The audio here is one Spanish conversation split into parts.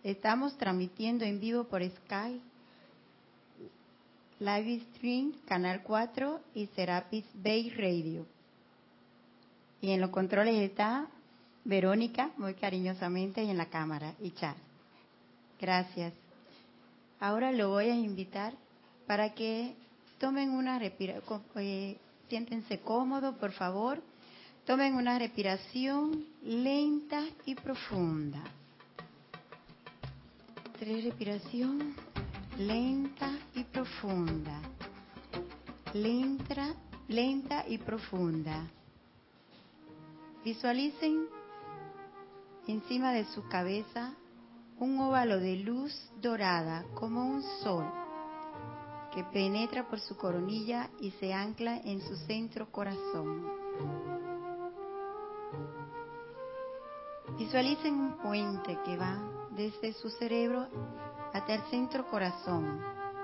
Estamos transmitiendo en vivo por Skype, Live Stream, Canal 4 y Serapis Bay Radio. Y en los controles está Verónica, muy cariñosamente, y en la cámara, y Char. Gracias. Ahora lo voy a invitar para que tomen una respiración, siéntense cómodos, por favor. Tomen una respiración lenta y profunda. 3 respiración lenta y profunda. Lenta y profunda. Visualicen encima de su cabeza un óvalo de luz dorada como un sol que penetra por su coronilla y se ancla en su centro corazón. Visualicen un puente que va desde su cerebro hasta el centro corazón,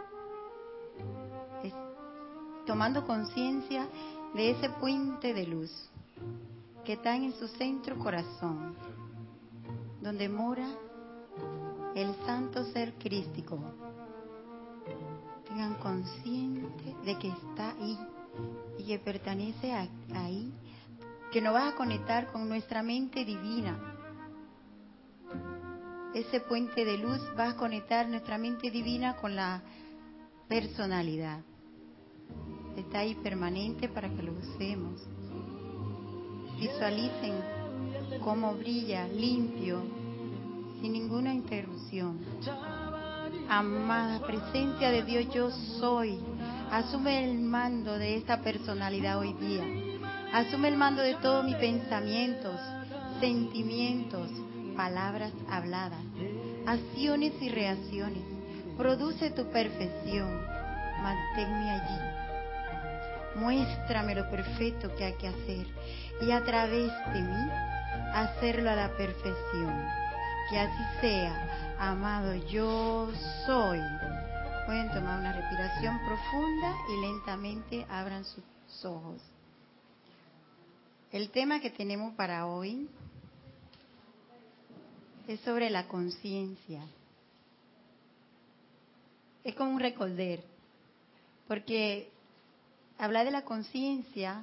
tomando conciencia de ese puente de luz que está en su centro corazón, donde mora el santo ser crístico. Tengan consciente de que está ahí y que pertenece ahí, que nos va a conectar con nuestra mente divina. Ese puente de luz va a conectar nuestra mente divina con la personalidad. Está ahí permanente para que lo usemos. Visualicen cómo brilla limpio, sin ninguna interrupción. Amada presencia de Dios, yo soy. Asume el mando de esta personalidad hoy día. Asume el mando de todos mis pensamientos, sentimientos, palabras habladas, acciones y reacciones. Produce tu perfección. Manténme allí. Muéstrame lo perfecto que hay que hacer y a través de mí hacerlo a la perfección. Que así sea, amado, yo soy. Pueden tomar una respiración profunda y lentamente abran sus ojos. El tema que tenemos para hoy es sobre la conciencia. Es como un recordar, porque hablar de la conciencia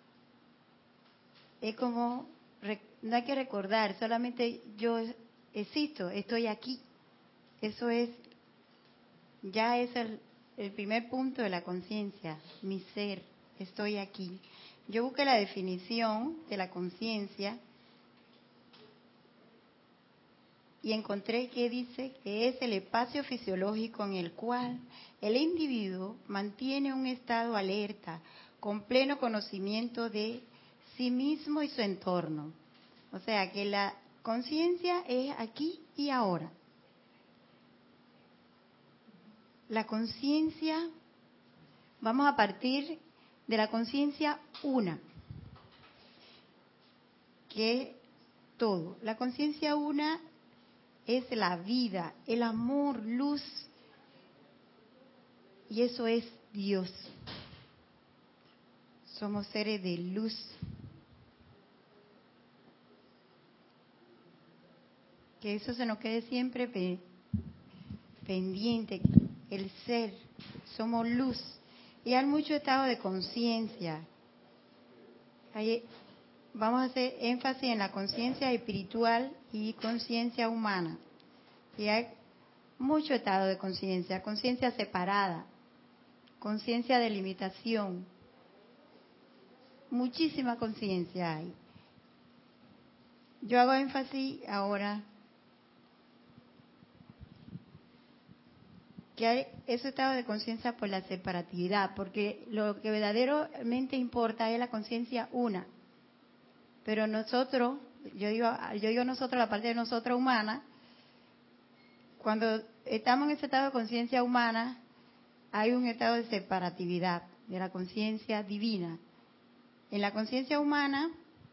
es como, no hay que recordar, solamente yo existo, estoy aquí. Eso es, ya es el primer punto de la conciencia, mi ser, estoy aquí. Yo busqué la definición de la conciencia y encontré que dice que es el espacio fisiológico en el cual el individuo mantiene un estado alerta, con pleno conocimiento de sí mismo y su entorno. O sea que la conciencia es aquí y ahora. La conciencia, vamos a partir de la conciencia una, que es todo. La conciencia una es la vida, el amor, luz, y eso es Dios. Somos seres de luz. Que eso se nos quede siempre pendiente, el ser, somos luz. Y hay mucho estado de conciencia. Vamos a hacer énfasis en la conciencia espiritual y conciencia humana. Y hay mucho estado de conciencia, conciencia separada, conciencia de limitación. Muchísima conciencia hay. Yo hago énfasis ahora que hay ese estado de conciencia por la separatividad, porque lo que verdaderamente importa es la conciencia una. Pero nosotros, yo digo nosotros, la parte de nosotros humana, cuando estamos en ese estado de conciencia humana, hay un estado de separatividad de la conciencia divina. En la conciencia humana,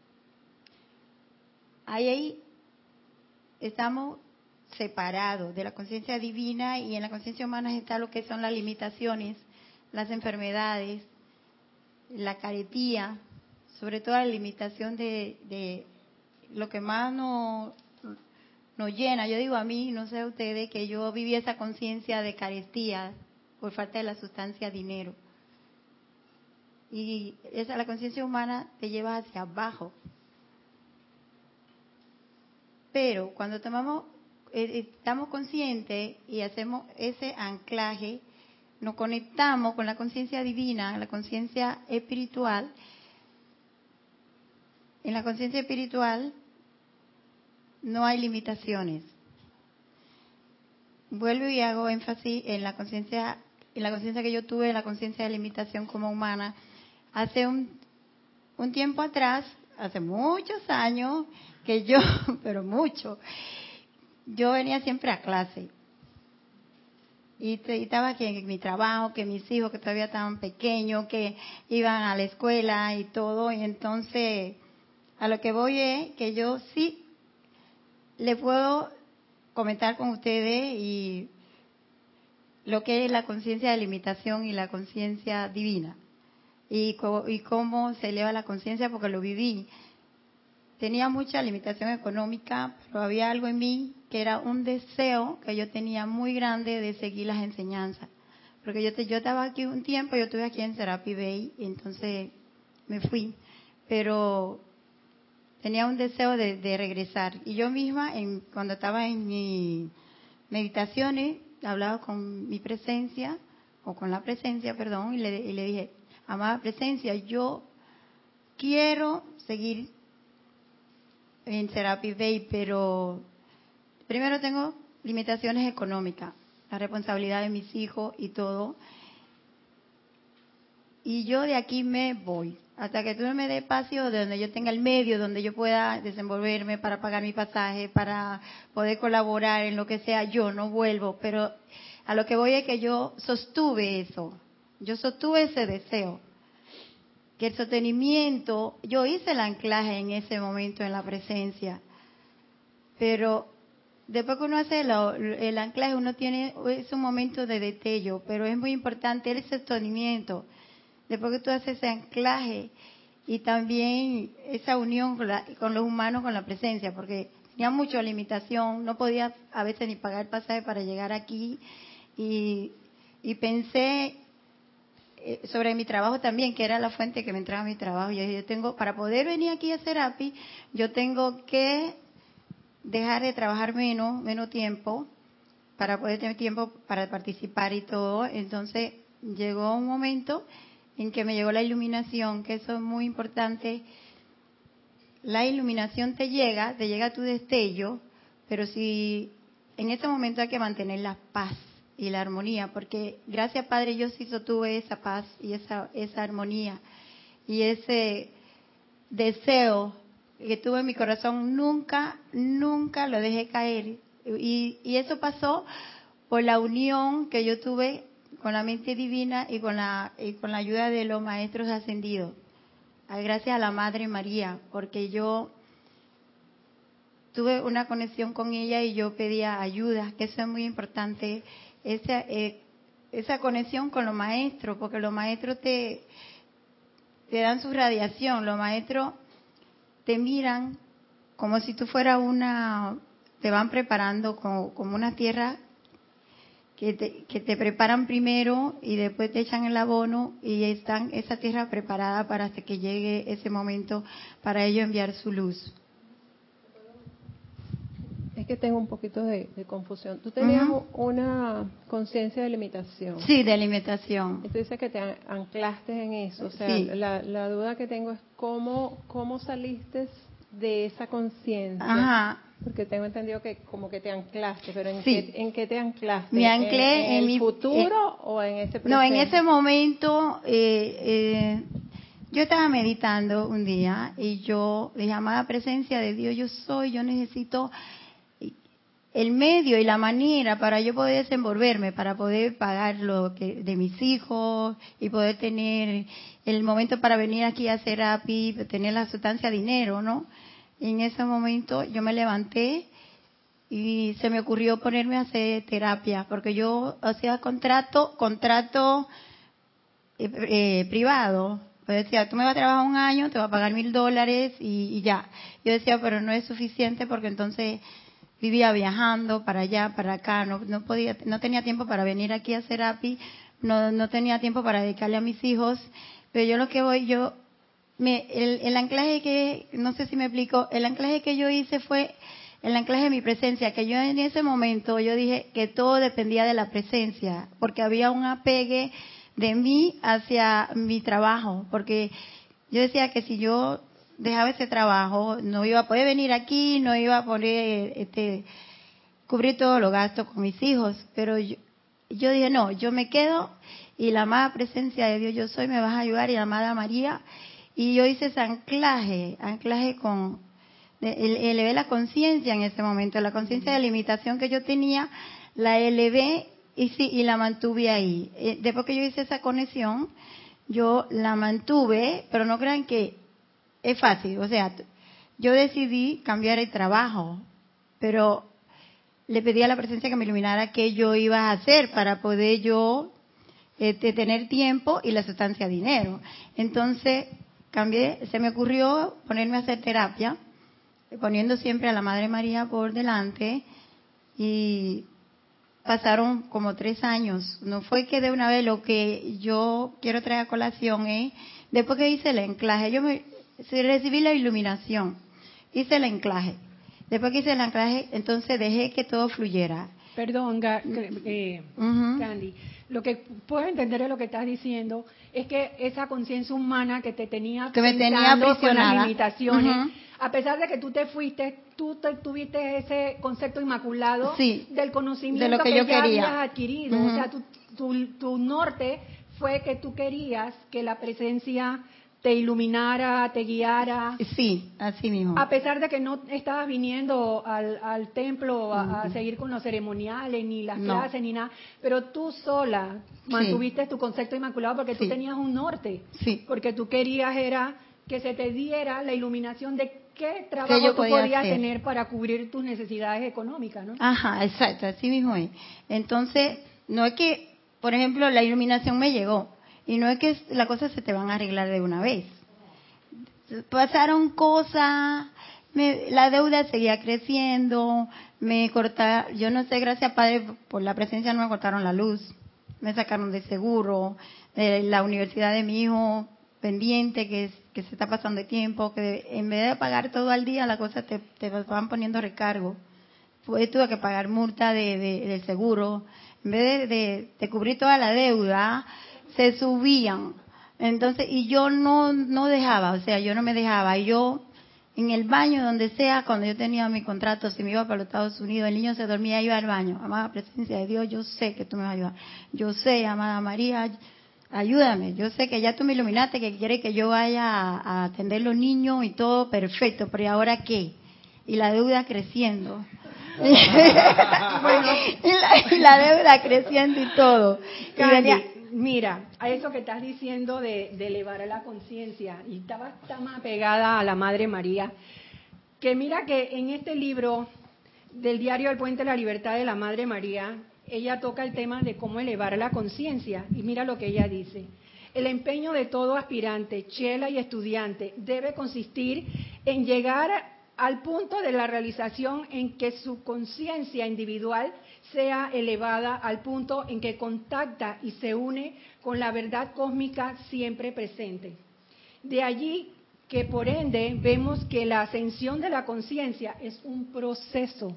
ahí estamos separados de la conciencia divina, y en la conciencia humana está lo que son las limitaciones, las enfermedades, la caretía, sobre todo la limitación de lo que más nos nos llena. Yo digo a mí, no sé a ustedes, que yo viví esa conciencia de carestía por falta de la sustancia dinero. Y la conciencia humana te lleva hacia abajo. Pero cuando estamos conscientes y hacemos ese anclaje, nos conectamos con la conciencia divina, la conciencia espiritual. En la conciencia espiritual no hay limitaciones. Vuelvo y hago énfasis en la conciencia que yo tuve, la conciencia de limitación como humana. Hace un tiempo atrás, hace muchos años, que yo, pero mucho, yo venía siempre a clase. Y estaba aquí en mi trabajo, que mis hijos que todavía estaban pequeños, que iban a la escuela y todo. Y entonces, a lo que voy es que yo sí le puedo comentar con ustedes y lo que es la conciencia de limitación y la conciencia divina. Y cómo se eleva la conciencia, porque lo viví. Tenía mucha limitación económica, pero había algo en mí que era un deseo que yo tenía muy grande de seguir las enseñanzas. Porque yo estaba aquí un tiempo, yo estuve aquí en Serapi Bay, y entonces me fui. Pero tenía un deseo de regresar. Y yo misma, cuando estaba en mis meditaciones, hablaba con mi presencia, o con la presencia, perdón, y le dije, amada presencia, yo quiero seguir en Serapi Bay, pero primero tengo limitaciones económicas, la responsabilidad de mis hijos y todo. Y yo de aquí me voy, hasta que tú me des espacio de donde yo tenga el medio, donde yo pueda desenvolverme para pagar mi pasaje, para poder colaborar en lo que sea, yo no vuelvo. Pero a lo que voy es que yo sostuve eso, yo sostuve ese deseo. Que el sostenimiento, yo hice el anclaje en ese momento en la presencia, pero después que uno hace el anclaje, uno tiene, es un momento de destello, pero es muy importante el sostenimiento. Después que tú haces ese anclaje y también esa unión con los humanos, con la presencia, porque tenía mucha limitación, no podía a veces ni pagar el pasaje para llegar aquí, y pensé sobre mi trabajo también, que era la fuente que me entraba a mi trabajo. Yo tengo, para poder venir aquí a Serapi, yo tengo que dejar de trabajar menos tiempo, para poder tener tiempo para participar y todo. Entonces llegó un momento en que me llegó la iluminación, que eso es muy importante. La iluminación te llega tu destello, pero si en ese momento hay que mantener la paz y la armonía, porque gracias Padre yo sí sostuve esa paz y esa armonía y ese deseo que tuve en mi corazón, nunca lo dejé caer, y eso pasó por la unión que yo tuve con la mente divina y con la ayuda de los maestros ascendidos, gracias a la Madre María, porque yo tuve una conexión con ella y yo pedía ayuda, que eso es muy importante, esa conexión con los maestros, porque los maestros te dan su radiación, los maestros te miran como si tú fueras te van preparando como una tierra que te preparan primero y después te echan el abono, y están esa tierra preparada para hasta que llegue ese momento para ellos enviar su luz. Es que tengo un poquito de confusión. Tú tenías una conciencia de limitación. Sí, de limitación. Y tú dices que te anclaste en eso. O sea, sí. la duda que tengo es cómo saliste de esa conciencia. Ajá. Porque tengo entendido que como que te anclaste, pero ¿en qué te anclaste? Me anclé ¿En el futuro o en ese presente? No, en ese momento yo estaba meditando un día y yo dije, amada presencia de Dios, yo necesito el medio y la manera para yo poder desenvolverme, para poder pagar lo que de mis hijos y poder tener el momento para venir aquí a Serapi, tener la sustancia dinero, ¿no? Y en ese momento yo me levanté y se me ocurrió ponerme a hacer terapia, porque yo hacía contrato privado. Pues decía, tú me vas a trabajar un año, te vas a pagar $1,000 y ya. Yo decía, pero no es suficiente, porque entonces vivía viajando para allá, para acá, no tenía tiempo para venir aquí a Serapi, no tenía tiempo para dedicarle a mis hijos, pero yo lo que voy, el anclaje que, no sé si me explico, el anclaje que yo hice fue el anclaje de mi presencia, que yo en ese momento, yo dije que todo dependía de la presencia, porque había un apegue de mí hacia mi trabajo, porque yo decía que si yo dejaba ese trabajo, no iba a poder venir aquí, no iba a poder cubrir todos los gastos con mis hijos, pero yo dije, no, yo me quedo y la amada presencia de Dios yo soy me vas a ayudar, y la amada María, y yo hice ese anclaje elevé la conciencia en ese momento, la conciencia de limitación que yo tenía, la elevé y la mantuve ahí. Después que yo hice esa conexión, yo la mantuve, pero no crean que es fácil, o sea, yo decidí cambiar el trabajo, pero le pedí a la presencia que me iluminara qué yo iba a hacer para poder yo tener tiempo y la sustancia dinero. Entonces cambié, se me ocurrió ponerme a hacer terapia, poniendo siempre a la Madre María por delante, y pasaron como 3 años. No fue que de una vez, lo que yo quiero traer a colación es, después que hice el anclaje, recibí la iluminación, hice el anclaje. Después que hice el anclaje, entonces dejé que todo fluyera. Perdón, Candy. Lo que puedo entender de lo que estás diciendo es que esa conciencia humana que te tenía aprisionada con las limitaciones, a pesar de que tú te fuiste, tú tuviste ese concepto inmaculado del conocimiento de lo que yo ya quería. habías adquirido. O sea, tu norte fue que tú querías que la presencia te iluminara, te guiara. Sí, así mismo. A pesar de que no estabas viniendo al templo a seguir con los ceremoniales, ni las clases, ni nada, pero tú sola mantuviste tu concepto inmaculado porque tú tenías un norte. Sí. Porque tú querías era que se te diera la iluminación de qué trabajo tú podías tener para cubrir tus necesidades económicas, ¿no? Ajá, exacto, así mismo es. Entonces, no es que, por ejemplo, la iluminación me llegó, y no es que las cosas se te van a arreglar de una vez. Pasaron cosas, la deuda seguía creciendo, yo no sé, gracias Padre, por la presencia no me cortaron la luz, me sacaron de seguro, de la universidad de mi hijo pendiente, que se está pasando de tiempo, que en vez de pagar todo al día, las cosas te van poniendo recargo. Pues tuve que pagar multa del seguro, en vez de cubrir toda la deuda, se subían. Entonces, y yo no dejaba, o sea, yo no me dejaba. Y yo, en el baño, donde sea, cuando yo tenía mi contrato, si me iba para los Estados Unidos, el niño se dormía, iba al baño. Amada presencia de Dios, yo sé que tú me vas a ayudar. Yo sé, amada María, ayúdame. Yo sé que ya tú me iluminaste, que quieres que yo vaya a atender los niños y todo perfecto, pero ¿y ahora qué? Y la deuda creciendo. Bueno, y la deuda creciendo y todo. Mira, a eso que estás diciendo de elevar a la conciencia, y está más pegada a la Madre María, que mira que en este libro del diario El Puente de la Libertad de la Madre María, ella toca el tema de cómo elevar la conciencia, y mira lo que ella dice. El empeño de todo aspirante, chela y estudiante debe consistir en llegar al punto de la realización en que su conciencia individual sea elevada al punto en que contacta y se une con la verdad cósmica siempre presente. De allí que por ende vemos que la ascensión de la conciencia es un proceso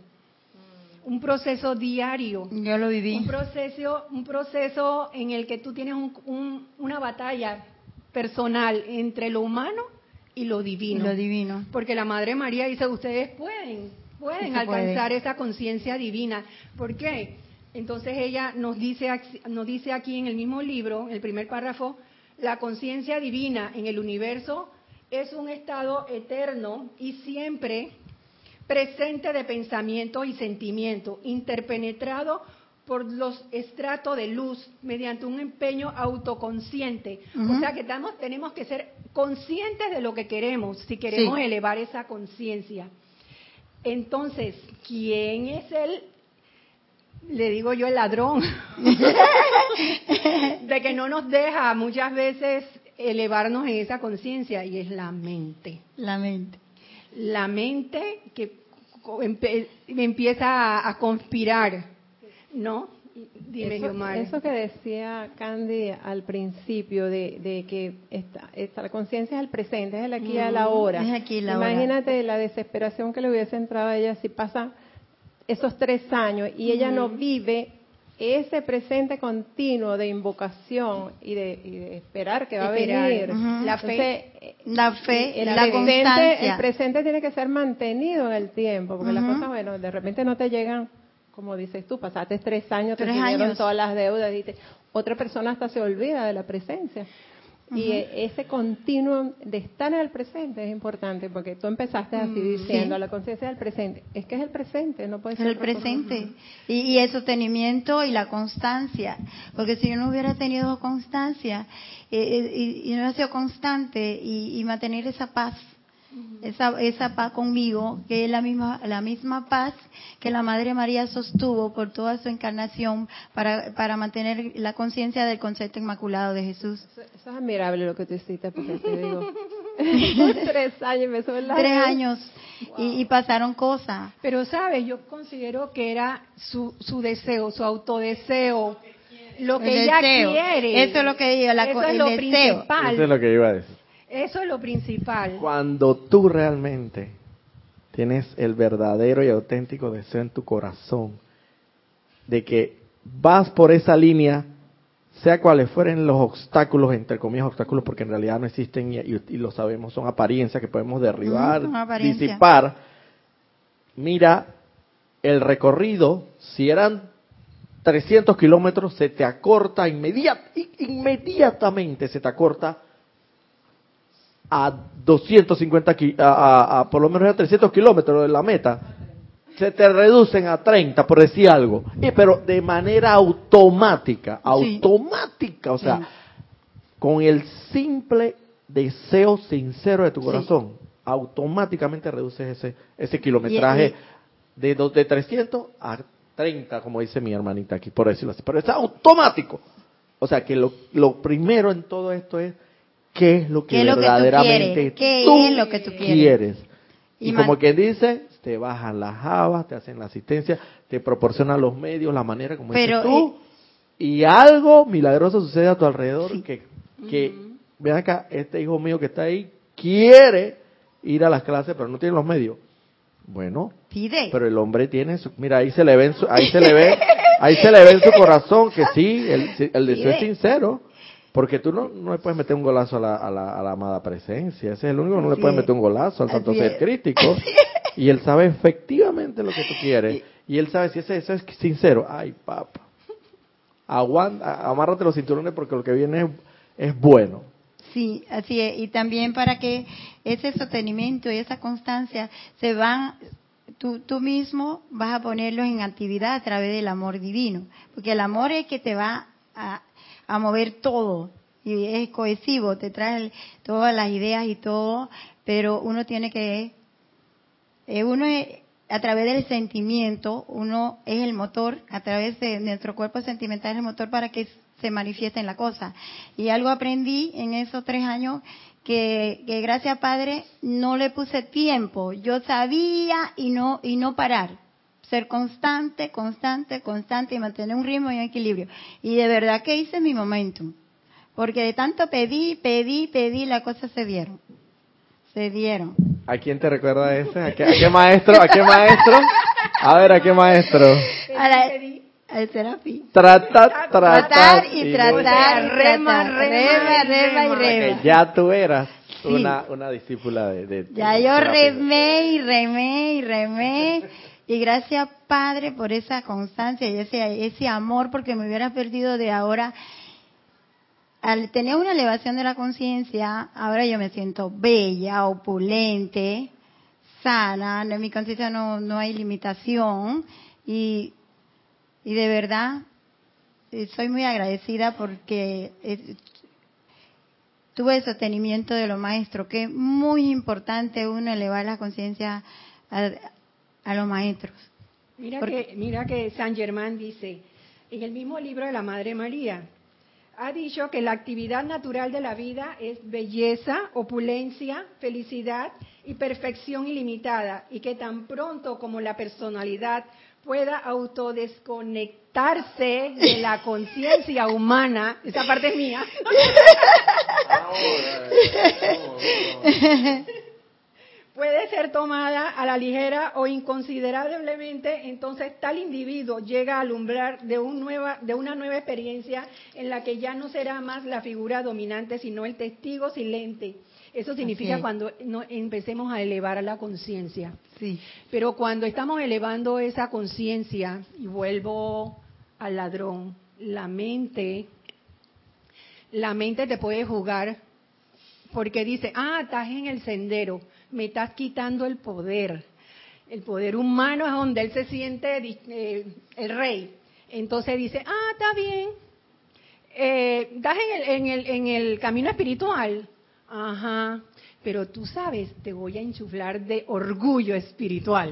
diario. Yo lo viví. Un proceso en el que tú tienes una batalla personal entre lo humano y lo divino. Porque la Madre María dice, ustedes pueden alcanzar esa conciencia divina. ¿Por qué? Entonces ella nos dice aquí en el mismo libro, en el primer párrafo, la conciencia divina en el universo es un estado eterno y siempre presente de pensamiento y sentimiento, interpenetrado por los estratos de luz mediante un empeño autoconsciente. O sea que tenemos que ser conscientes de lo que queremos, si queremos elevar esa conciencia. Entonces, ¿quién es le digo yo, el ladrón? De que no nos deja muchas veces elevarnos en esa conciencia, y es la mente. La mente. La mente que, empieza a conspirar, ¿no? Dime, Yomar. Eso que decía Candy al principio de que la conciencia es el presente, es el aquí y el ahora. Es aquí y la Imagínate la desesperación que le hubiese entrado a ella si pasan esos 3 años y ella no vive ese presente continuo de invocación y de esperar que va a venir. La fe. Entonces, la constancia. El presente tiene que ser mantenido en el tiempo, porque las cosas, bueno, de repente no te llegan, como dices tú, pasaste 3 años, te pidieron todas las deudas, y otra persona hasta se olvida de la presencia. Y ese continuo de estar en el presente es importante, porque tú empezaste así diciendo, la conciencia del presente. Es que es el presente, no puede ser el presente. Y el sostenimiento y la constancia. Porque si yo no hubiera tenido constancia y no hubiera sido constante y mantener esa paz, esa paz conmigo, que es la misma paz que la Madre María sostuvo por toda su encarnación para mantener la conciencia del concepto inmaculado de Jesús. Eso es admirable lo que tú hiciste, porque te digo, 3 años me son las 3 años y pasaron cosas. Pero sabes, yo considero que era su deseo, su autodeseo, lo que ella quiere. Eso es lo que digo, eso es lo principal. Eso es lo que iba a decir. Eso es lo principal. Cuando tú realmente tienes el verdadero y auténtico deseo en tu corazón de que vas por esa línea, sea cuales fueren los obstáculos, entre comillas obstáculos, porque en realidad no existen y lo sabemos, son apariencias que podemos derribar, disipar. Mira, el recorrido, si eran 300 kilómetros, se te acorta inmediatamente, se te acorta a 250, por lo menos a 300 kilómetros de la meta, se te reducen a 30, por decir algo, pero de manera automática, o sea, con el simple deseo sincero de tu corazón, automáticamente reduces ese kilometraje de 300 a 30, como dice mi hermanita aquí, por decirlo así, pero es automático. O sea, que lo primero en todo esto es qué es lo que verdaderamente tú quieres. Y como quien dice, te bajan las habas, te hacen la asistencia, te proporcionan los medios, la manera como dices tú, y algo milagroso sucede a tu alrededor que ven acá, este hijo mío que está ahí quiere ir a las clases, pero no tiene los medios. Bueno, pide. Pero el hombre tiene mira, ahí se le ve en su corazón que sí, el deseo es sincero. Porque tú no le puedes meter un golazo a la amada presencia. Ese es el único que no le puedes meter un golazo al santo ser crítico. Y él sabe efectivamente lo que tú quieres. Y él sabe si ese deseo es sincero. Ay, papá. Aguanta, amárrate los cinturones porque lo que viene es bueno. Sí, así es. Y también para que ese sostenimiento y esa constancia se van, tú mismo vas a ponerlos en actividad a través del amor divino. Porque el amor es que te va a mover todo y es cohesivo, te trae todas las ideas y todo, pero uno tiene que, a través del sentimiento, uno es el motor, a través de nuestro cuerpo sentimental es el motor para que se manifieste en la cosa. Y algo aprendí en esos 3 años que gracias Padre no le puse tiempo, yo sabía y no parar. Ser constante y mantener un ritmo y un equilibrio. Y de verdad que hice mi momentum. Porque de tanto pedí, las cosas se dieron. ¿A quién te recuerda ese? ¿A qué maestro? A ver, ¿a qué maestro? Al Serafí. Tratar y rema. Ya tú eras una discípula de ya yo remé. Y gracias, Padre, por esa constancia y ese amor, porque me hubiera perdido de ahora. Al tener una elevación de la conciencia, ahora yo me siento bella, opulente, sana, en mi conciencia no hay limitación. Y de verdad, soy muy agradecida porque tuve el sostenimiento de los maestros, que es muy importante uno elevar la conciencia a los maestros. Mira que San Germán dice, en el mismo libro de la Madre María, ha dicho que la actividad natural de la vida es belleza, opulencia, felicidad y perfección ilimitada, y que tan pronto como la personalidad pueda autodesconectarse de la conciencia humana, esa parte es mía, puede ser tomada a la ligera o inconsiderablemente, entonces tal individuo llega al umbral de una nueva experiencia en la que ya no será más la figura dominante, sino el testigo silente. Eso significa cuando empecemos a elevar la conciencia. Sí. Pero cuando estamos elevando esa conciencia, y vuelvo al ladrón, la mente te puede jugar porque dice, estás en el sendero, me estás quitando el poder. El poder humano es donde él se siente el rey. Entonces dice, está bien, estás en el camino espiritual. Ajá, pero tú sabes, te voy a enchuflar de orgullo espiritual.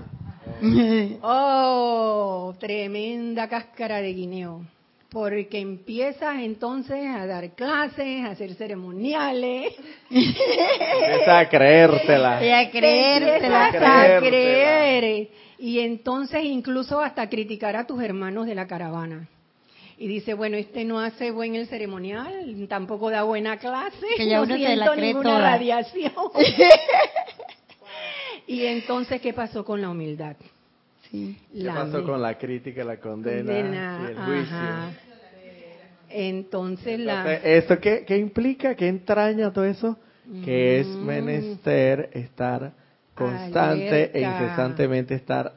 Oh, tremenda cáscara de guineo. Porque empiezas entonces a dar clases, a hacer ceremoniales. Empiezas a creértela. Y a creértela. A creer. Y entonces incluso hasta criticar a tus hermanos de la caravana. Y dice, bueno, este no hace buen el ceremonial, tampoco da buena clase, que ya no uno siento se la cree ninguna toda. radiación. Y entonces, ¿qué pasó con la humildad? Sí. ¿Qué pasó con la crítica, la condena y el juicio? Ajá. Entonces, ¿esto qué implica? ¿Qué entraña todo eso? Que es menester estar constante e incesantemente estar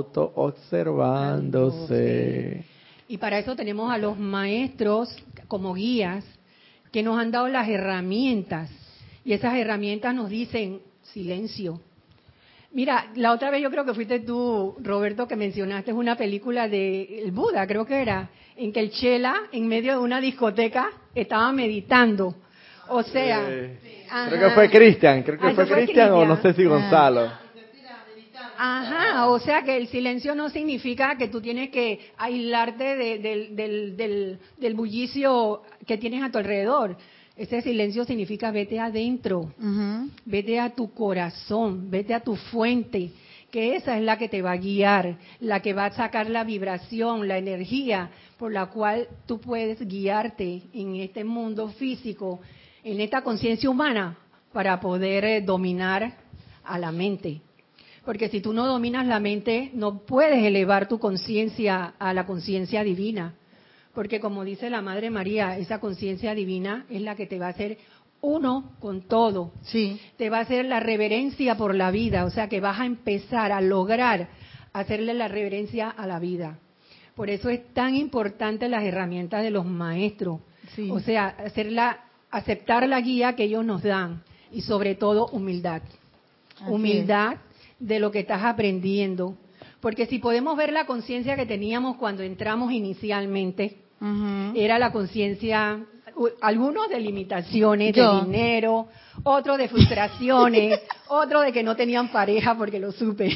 auto-observándose. Y para eso tenemos a los maestros como guías que nos han dado las herramientas. Y esas herramientas nos dicen silencio. Mira, la otra vez yo creo que fuiste tú, Roberto, que mencionaste una película de el Buda, creo que era, en que el Chela, en medio de una discoteca, estaba meditando. O sea... creo que fue Cristian, o no sé si Gonzalo. Ajá, o sea que el silencio no significa que tú tienes que aislarte del bullicio que tienes a tu alrededor. Ese silencio significa vete adentro, vete a tu corazón, vete a tu fuente, que esa es la que te va a guiar, la que va a sacar la vibración, la energía por la cual tú puedes guiarte en este mundo físico, en esta conciencia humana, para poder dominar a la mente. Porque si tú no dominas la mente, no puedes elevar tu conciencia a la conciencia divina. Porque como dice la Madre María, esa conciencia divina es la que te va a hacer uno con todo. Sí. Te va a hacer la reverencia por la vida, o sea que vas a empezar a lograr hacerle la reverencia a la vida. Por eso es tan importante las herramientas de los maestros. Sí. O sea, aceptar la guía que ellos nos dan y sobre todo humildad. Así humildad es. De lo que estás aprendiendo. Porque si podemos ver la conciencia que teníamos cuando entramos inicialmente, era la conciencia, algunos de limitaciones, de dinero, otros de frustraciones, otros de que no tenían pareja porque lo supe.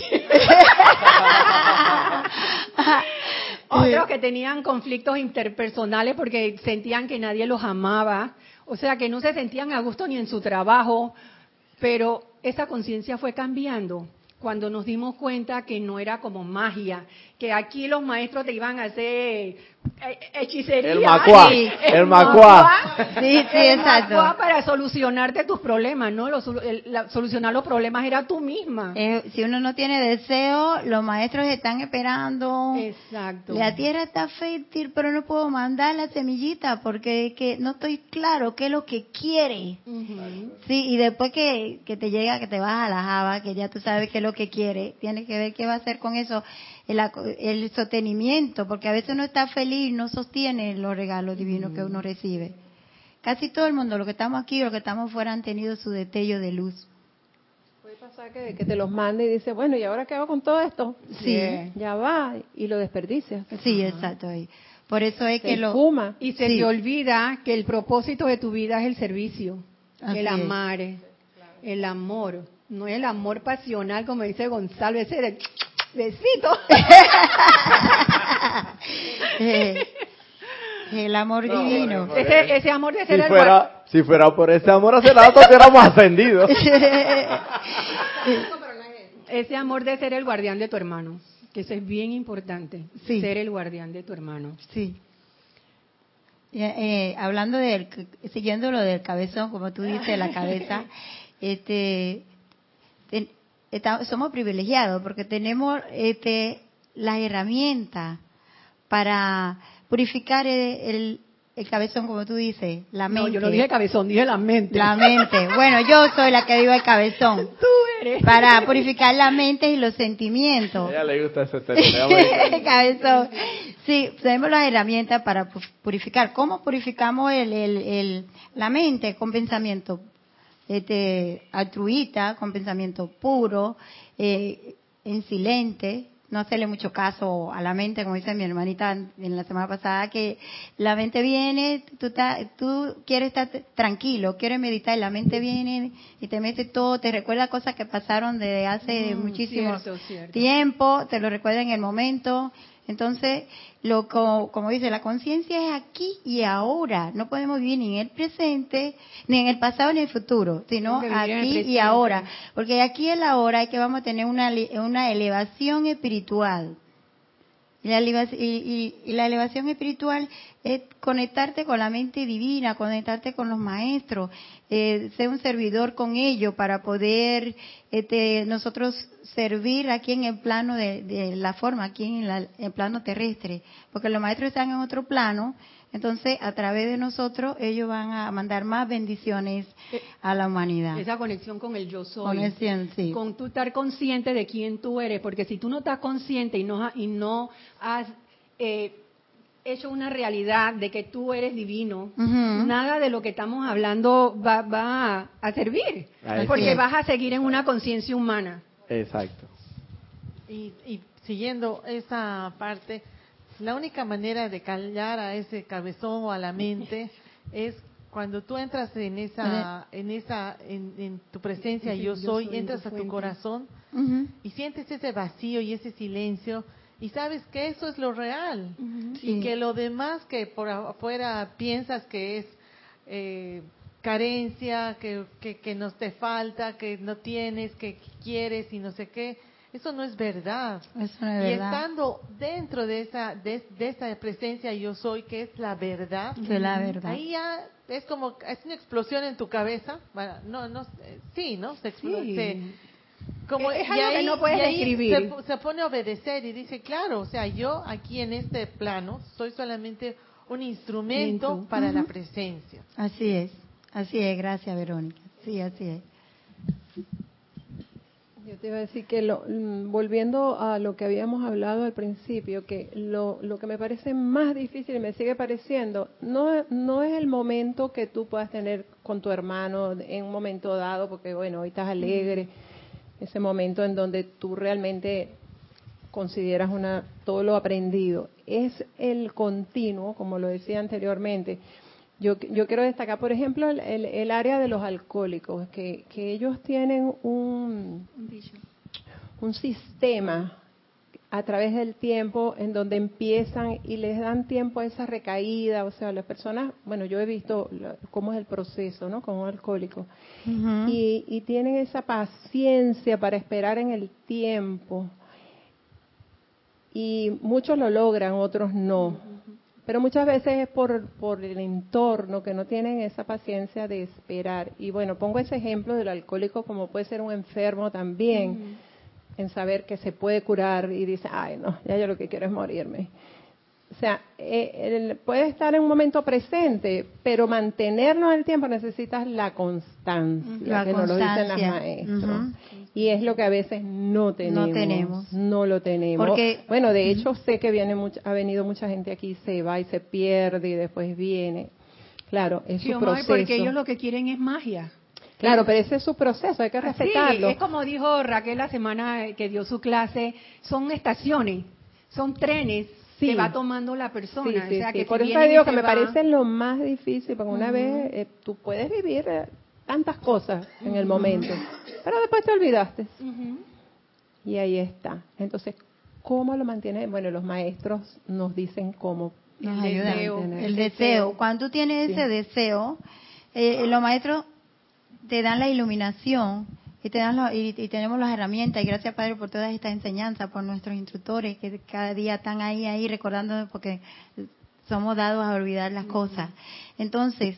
Otros que tenían conflictos interpersonales porque sentían que nadie los amaba, o sea que no se sentían a gusto ni en su trabajo, pero esa conciencia fue cambiando cuando nos dimos cuenta que no era como magia, que aquí los maestros te iban a hacer hechicería. El macuá. Sí, exacto. Macuá para solucionarte tus problemas, ¿no? Solucionar los problemas era tú misma. Si uno no tiene deseo, los maestros están esperando. Exacto. La tierra está fértil, pero no puedo mandar la semillita porque que no estoy claro qué es lo que quiere. Sí, y después que te llega, que te vas a la java, que ya tú sabes qué es lo que quiere, tienes que ver qué va a hacer con eso. El sostenimiento, porque a veces uno está feliz, no sostiene los regalos divinos que uno recibe. Casi todo el mundo, los que estamos aquí o los que estamos fuera, han tenido su destello de luz. Puede pasar que te los mande y dice, bueno, ¿y ahora qué hago con todo esto? Sí. Ya va, y lo desperdicias. Sí, exacto. Por eso es que fuma. Y se te olvida que el propósito de tu vida es el servicio, el amar, el amor. No es el amor pasional, como dice Gonzalo, ese de besito. El amor divino. Ese amor de ser si fuera por ese amor hace rato hubiéramos ascendido. Ese amor de ser el guardián de tu hermano, que eso es bien importante, sí. Ser el guardián de tu hermano. Sí. Hablando siguiendo lo del cabezón, como tú dices, la cabeza, somos privilegiados porque tenemos las herramientas para purificar el cabezón, como tú dices, la mente. No, yo no dije cabezón, dije la mente. La mente. Bueno, yo soy la que digo el cabezón. Tú eres. Para purificar la mente y los sentimientos. A ella le gusta ese término. Cabezón. Sí, tenemos las herramientas para purificar. ¿Cómo purificamos la mente? Con pensamiento altruista, con pensamiento puro, en silente. No hacerle mucho caso a la mente, como dice mi hermanita en la semana pasada, que la mente viene, tú quieres estar tranquilo, quieres meditar, y la mente viene y te mete todo, te recuerda cosas que pasaron desde hace muchísimo tiempo, te lo recuerda en el momento. Entonces, como dice, la conciencia es aquí y ahora. No podemos vivir ni en el presente, ni en el pasado, ni en el futuro, sino aquí y ahora. Porque aquí en la ahora es que vamos a tener una elevación espiritual. Y la elevación espiritual es conectarte con la mente divina, conectarte con los maestros, ser un servidor con ellos para poder nosotros servir aquí en el plano de la forma, aquí en el plano terrestre. Porque los maestros están en otro plano, entonces a través de nosotros ellos van a mandar más bendiciones a la humanidad. Esa conexión con el yo soy. Conexión, sí. Con tú estar consciente de quién tú eres, porque si tú no estás consciente y no has hecho una realidad de que tú eres divino, nada de lo que estamos hablando va a servir, porque vas a seguir en una conciencia humana. Exacto. Y siguiendo esa parte, la única manera de callar a ese cabezón o a la mente es cuando tú entras en tu presencia, yo soy, entras a tu corazón y sientes ese vacío y ese silencio y sabes que eso es lo real y que lo demás que por afuera piensas que es carencia, que nos te falta, que no tienes, que quieres y no sé qué. Eso no es verdad. Eso no es y verdad. estando dentro de esa presencia yo soy, que es la verdad, Que la verdad. ahí ya es como, es una explosión en tu cabeza. Bueno, sí, ¿no? Se explota. Como, es algo que no puedes describir. Se pone a obedecer y dice, claro, o sea, yo aquí en este plano soy solamente un instrumento para la presencia. Así es, gracias Verónica. Sí, así es. Yo te iba a decir que volviendo a lo que habíamos hablado al principio, que lo que me parece más difícil y me sigue pareciendo, no es el momento que tú puedas tener con tu hermano en un momento dado, porque bueno, hoy estás alegre, ese momento en donde tú realmente consideras todo lo aprendido. Es el continuo, como lo decía anteriormente. Yo quiero destacar, por ejemplo, el área de los alcohólicos, que ellos tienen un sistema a través del tiempo en donde empiezan y les dan tiempo a esa recaída. O sea, las personas, bueno, yo he visto cómo es el proceso, ¿no? Con un alcohólico. Y tienen esa paciencia para esperar en el tiempo. Y muchos lo logran, otros no. Pero muchas veces es por el entorno que no tienen esa paciencia de esperar. Y bueno, pongo ese ejemplo del alcohólico como puede ser un enfermo también, en saber que se puede curar y dice, ay no, ya yo lo que quiero es morirme. O sea, puede estar en un momento presente, pero mantenerlo en el tiempo necesitas la constancia, que nos lo dicen las maestros. Y es lo que a veces no tenemos. No lo tenemos. Porque, bueno, de hecho sé que ha venido mucha gente aquí, se va y se pierde y después viene. Claro, es su proceso. Porque ellos lo que quieren es magia. Claro, pero ese es su proceso, hay que respetarlo. Sí, es como dijo Raquel la semana que dio su clase, son estaciones, son trenes que va tomando la persona. Sí, o sea, que por eso digo que me parece lo más difícil, porque una vez tú puedes vivir tantas cosas en el momento, pero después te olvidaste. Y ahí está. Entonces, ¿Cómo lo mantienes? Bueno, los maestros nos dicen cómo. Nos ayudan. El deseo. Cuando tú tienes ese deseo, los maestros te dan la iluminación y y tenemos las herramientas. Y gracias, Padre, por todas estas enseñanzas, por nuestros instructores que cada día están ahí recordándonos, porque somos dados a olvidar las cosas. Entonces,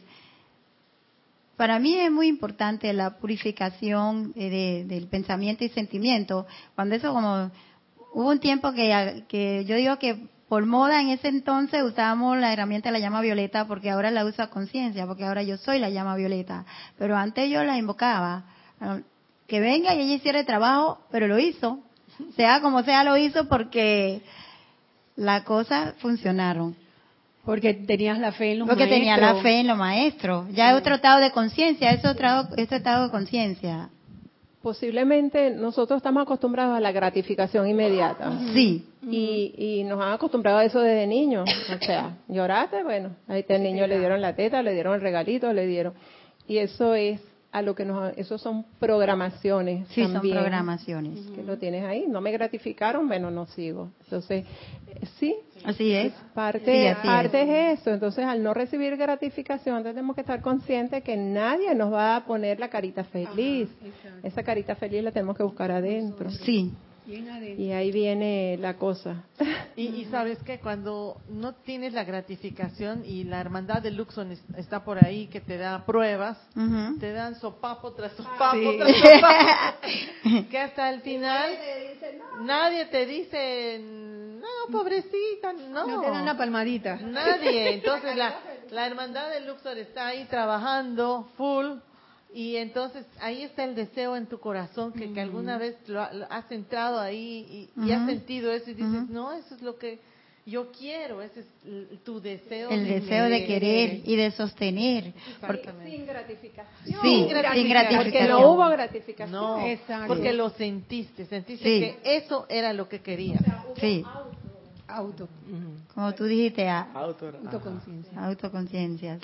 para mí es muy importante la purificación del pensamiento y sentimiento. Cuando eso, como hubo un tiempo que yo digo que por moda en ese entonces usábamos la herramienta de la llama violeta, porque ahora la uso a conciencia, porque ahora yo soy la llama violeta. Pero antes yo la invocaba, que venga y ella hiciera el trabajo, pero lo hizo. Sea como sea, lo hizo porque las cosas funcionaron. Porque tenías la fe en los Porque maestros. tenía la fe en los maestros. Ya es otro estado de conciencia, es otro estado de conciencia. Posiblemente nosotros estamos acostumbrados a la gratificación inmediata. Sí. Y nos han acostumbrado a eso desde niños. O sea, lloraste, bueno, ahí está el niño, le dieron la teta, le dieron el regalito, le dieron. Y eso es a lo que eso son programaciones. Sí, también, son programaciones. Que lo tienes ahí, no me gratificaron, bueno, no sigo. Entonces, sí. Así es. Parte es eso. Entonces, al no recibir gratificación, tenemos que estar conscientes que nadie nos va a poner la carita feliz. Esa carita feliz la tenemos que buscar adentro. Sí. Y ahí viene la cosa. Y sabes que cuando no tienes la gratificación y la hermandad de Luxor está por ahí que te da pruebas, te dan sopapo tras sopapo tras sopapo, que hasta el final nadie te dice, no, pobrecita, no. No te dan una palmadita. Nadie. Entonces la hermandad de Luxor está ahí trabajando full. Y entonces ahí está el deseo en tu corazón que alguna vez lo has entrado ahí y has sentido eso y dices, no, eso es lo que yo quiero, ese es tu deseo. El deseo de querer y de sostener. Sin gratificación. Sí, sin gratificación. Porque no hubo gratificación. No, porque lo sentiste Sí. que eso era lo que querías. Sí. Auto. Como tú dijiste, Autoconciencia. autoconciencia.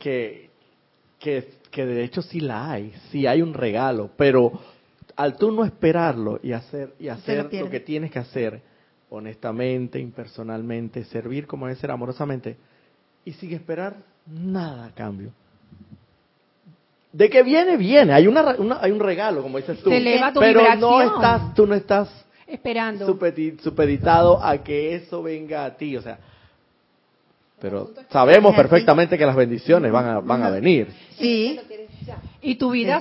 Que de hecho sí la hay, sí hay un regalo, pero al tú no esperarlo y hacer lo que tienes que hacer, honestamente, impersonalmente, servir como debe ser amorosamente, y sin esperar nada a cambio. De que viene, hay un regalo, como dices tú, Se eleva tu pero vibración. tú no estás Esperando. supeditado a que eso venga a ti, o sea, pero sabemos perfectamente que las bendiciones van a venir. Sí. Y tu vida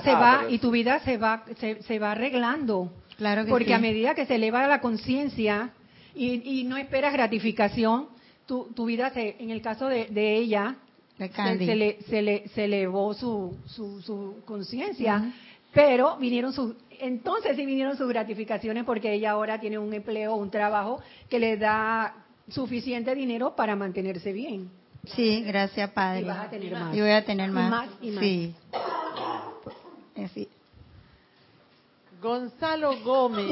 se va arreglando. Claro que porque sí. a medida que se eleva la conciencia y no esperas gratificación, tu vida en el caso de ella se elevó su conciencia, pero vinieron sus gratificaciones, porque ella ahora tiene un empleo, un trabajo que le da suficiente dinero para mantenerse bien. Sí, gracias, Padre. Y vas a tener más. Y voy a tener más. Y más. Sí. Sí. Gonzalo Gómez.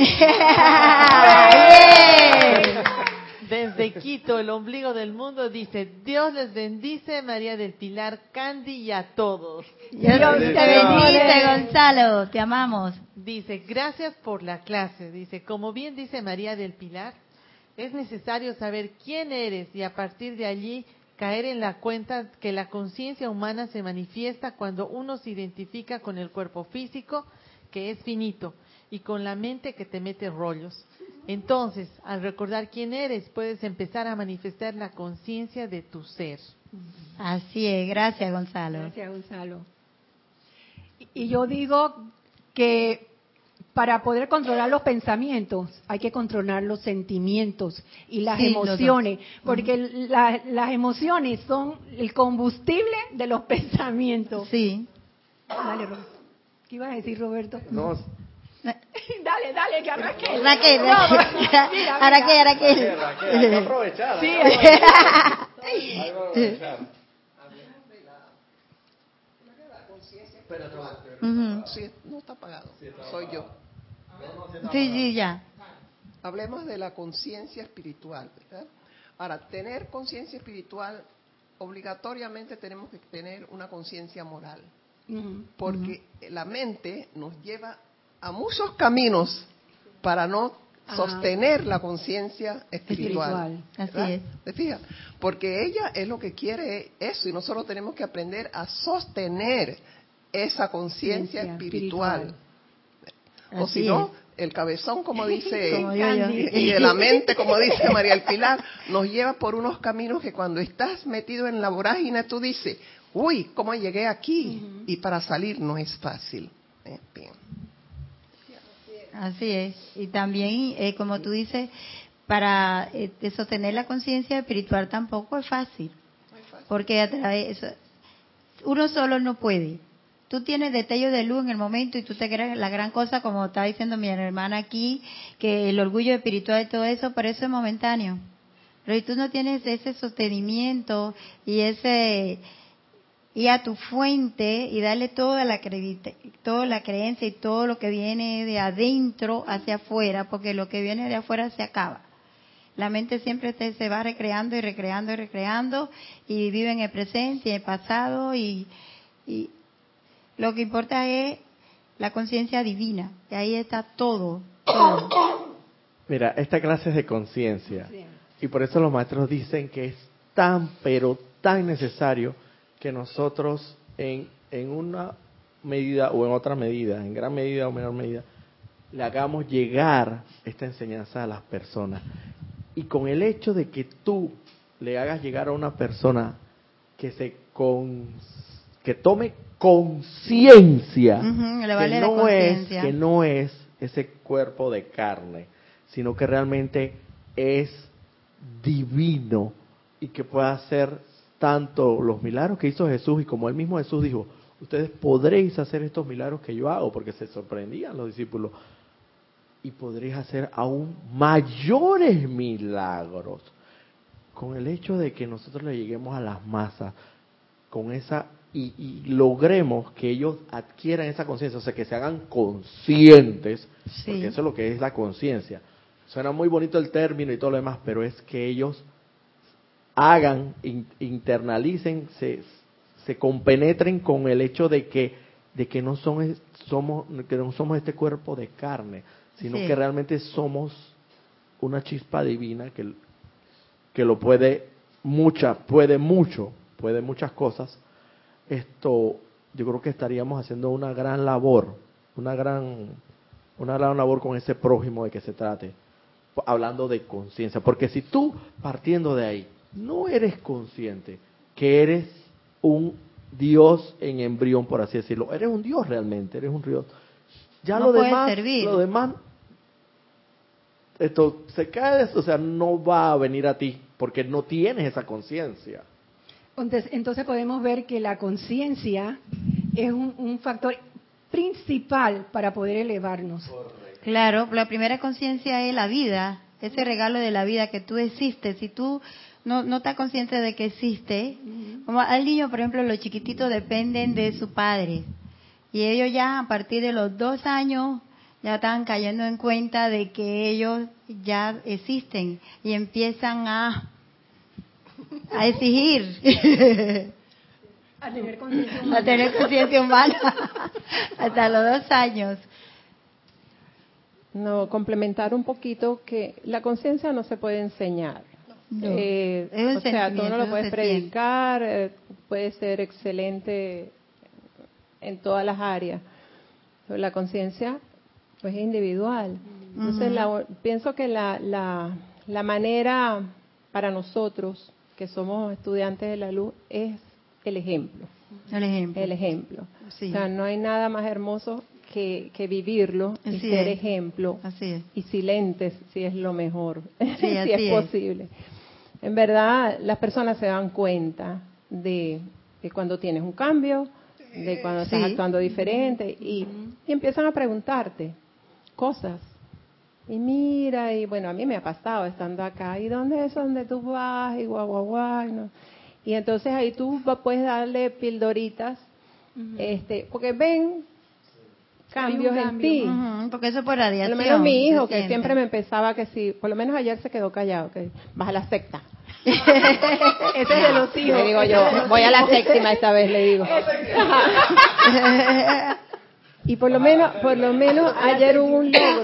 Desde Quito, el ombligo del mundo, dice: Dios les bendice, María del Pilar, Candy y a todos. Dios te bendice, Gonzalo, te amamos. Dice: gracias por la clase. Dice: como bien dice María del Pilar, es necesario saber quién eres y a partir de allí caer en la cuenta que la conciencia humana se manifiesta cuando uno se identifica con el cuerpo físico, que es finito, y con la mente que te mete rollos. Entonces, al recordar quién eres, puedes empezar a manifestar la conciencia de tu ser. Así es, gracias, Gonzalo. Gracias, Gonzalo. Y yo digo que para poder controlar los pensamientos hay que controlar los sentimientos y las emociones, porque las emociones son el combustible de los pensamientos. Sí. Dale, Roberto. ¿Qué ibas a decir, Roberto? No. Dale, que Raquel. Raquel. Hay que aprovechar. Sí, hay que aprovechar. Sí, no está apagado. Soy yo. Sí, ya. Hablemos de la conciencia espiritual, ¿verdad? Para tener conciencia espiritual, obligatoriamente tenemos que tener una conciencia moral. Porque la mente nos lleva a muchos caminos para no sostener la conciencia espiritual. Así es. ¿Te fijas? Porque ella es lo que quiere eso, y nosotros tenemos que aprender a sostener esa conciencia espiritual. O si no, el cabezón, como dice, y de la mente, como dice María El Pilar, nos lleva por unos caminos que cuando estás metido en la vorágine tú dices, uy, ¿cómo llegué aquí? Y para salir no es fácil. Bien. Así es. Y también, como tú dices, para sostener la conciencia espiritual tampoco es fácil. Porque a través uno solo no puede. Tú tienes destello de luz en el momento y tú te crees la gran cosa, como está diciendo mi hermana aquí, que el orgullo espiritual y todo eso, pero eso es momentáneo. Pero si tú no tienes ese sostenimiento y a tu fuente y darle toda la creencia y todo lo que viene de adentro hacia afuera, porque lo que viene de afuera se acaba. La mente siempre se va recreando y recreando y recreando y vive en el presente y en el pasado y lo que importa es la conciencia divina, que ahí está todo. Mira, esta clase es de conciencia y por eso los maestros dicen que es tan, pero tan necesario que nosotros en una medida o en otra medida, en gran medida o menor medida, le hagamos llegar esta enseñanza a las personas. Y con el hecho de que tú le hagas llegar a una persona que tome conciencia, que no es ese cuerpo de carne, sino que realmente es divino y que pueda hacer tanto los milagros que hizo Jesús, y como él mismo Jesús dijo, ustedes podréis hacer estos milagros que yo hago, porque se sorprendían los discípulos, y podréis hacer aún mayores milagros. Con el hecho de que nosotros le lleguemos a las masas, con esa y logremos que ellos adquieran esa conciencia, o sea, que se hagan conscientes, porque eso es lo que es la conciencia. Suena muy bonito el término y todo lo demás, pero es que ellos hagan, internalicen, se compenetren con el hecho de que no somos este cuerpo de carne, sino que realmente somos una chispa divina que lo puede muchas cosas. Esto, yo creo que estaríamos haciendo una gran labor con ese prójimo de que se trate, hablando de conciencia, porque si tú, partiendo de ahí, no eres consciente que eres un Dios en embrión, por así decirlo, eres un Dios realmente, eres un Dios, ya no lo demás esto se cae, o sea, no va a venir a ti porque no tienes esa conciencia. Entonces podemos ver que la conciencia es un factor principal para poder elevarnos. Correcto. Claro, la primera conciencia es la vida, ese regalo de la vida, que tú existes. Si tú no estás consciente de que existe, como al niño, por ejemplo, los chiquititos dependen de su padre, y ellos ya a partir de los 2 años ya están cayendo en cuenta de que ellos ya existen y empiezan a exigir, a tener conciencia humana, hasta los 2 años. No, complementar un poquito que la conciencia no se puede enseñar. No, o sea, tú no lo puedes predicar, puede ser excelente en todas las áreas. Pero la conciencia pues es individual. Entonces pienso que la manera para nosotros que somos estudiantes de la luz es el ejemplo. El ejemplo. Sí. O sea, no hay nada más hermoso que vivirlo y ser ejemplo. Así es. Y silentes, si es lo mejor, sí, si es posible. En verdad, las personas se dan cuenta de cuando tienes un cambio, de cuando estás actuando diferente, y empiezan a preguntarte cosas. Y mira, y bueno, a mí me ha pasado estando acá, ¿y dónde es donde tú vas? Y guau, ¿no? Y entonces ahí tú puedes darle pildoritas, porque ven cambios en ti. Porque eso por radiación. Por lo menos mi hijo, que siempre me pensaba que sí, por lo menos ayer se quedó callado, que vas a la secta. Ese es de los hijos. Le digo yo, voy a la séptima esta vez, le digo. Y por lo menos ayer hubo un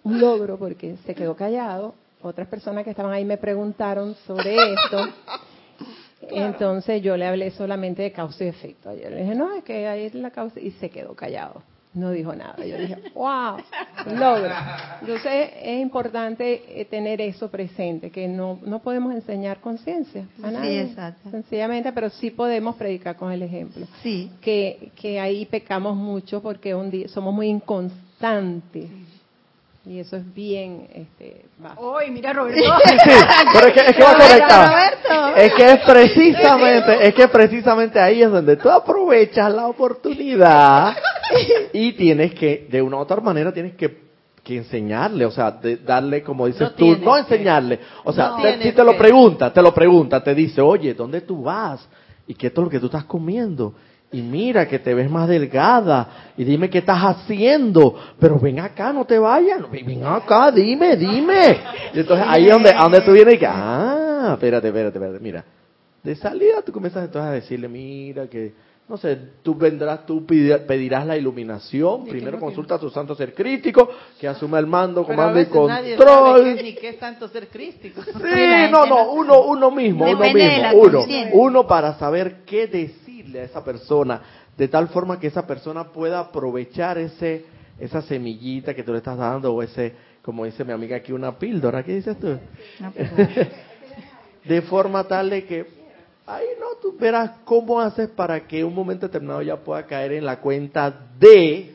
un logro porque se quedó callado. Otras personas que estaban ahí me preguntaron sobre esto. Entonces yo le hablé solamente de causa y efecto. Yo le dije, no, es que ahí es la causa. Y se quedó callado. No dijo nada. Yo dije, wow, logro. Entonces es importante tener eso presente, que no podemos enseñar conciencia a nadie. Sí, exacto. Sencillamente, pero sí podemos predicar con el ejemplo. Sí. Que ahí pecamos mucho porque un día somos muy inconstantes. Y eso es bien básico. ¡Uy, mira, Roberto! Sí, pero es que va conectado. Es que precisamente ahí es donde tú aprovechas la oportunidad y tienes que, de una u otra manera, tienes que enseñarle, o sea, darle, como dices tú, no enseñarle. O sea, si te lo pregunta, te dice, oye, ¿dónde tú vas? ¿Y qué es todo lo que tú estás comiendo? Y mira que te ves más delgada. Y dime qué estás haciendo. Pero ven acá, no te vayas. Ven acá, dime. Y entonces ahí es donde tú vienes y que, espérate. Mira, de salida tú comienzas entonces a decirle, mira que, no sé, tú pedirás la iluminación. Primero consulta a tu santo ser crítico, que asume el mando, comando y control. Nadie sabe ni qué es santo ser crístico. Sí, uno mismo. Uno para saber qué decir a esa persona, de tal forma que esa persona pueda aprovechar esa semillita que tú le estás dando, o ese, como dice mi amiga aquí, una píldora. ¿Qué dices tú? De forma tal de que ahí tú verás cómo haces para que un momento determinado ya pueda caer en la cuenta de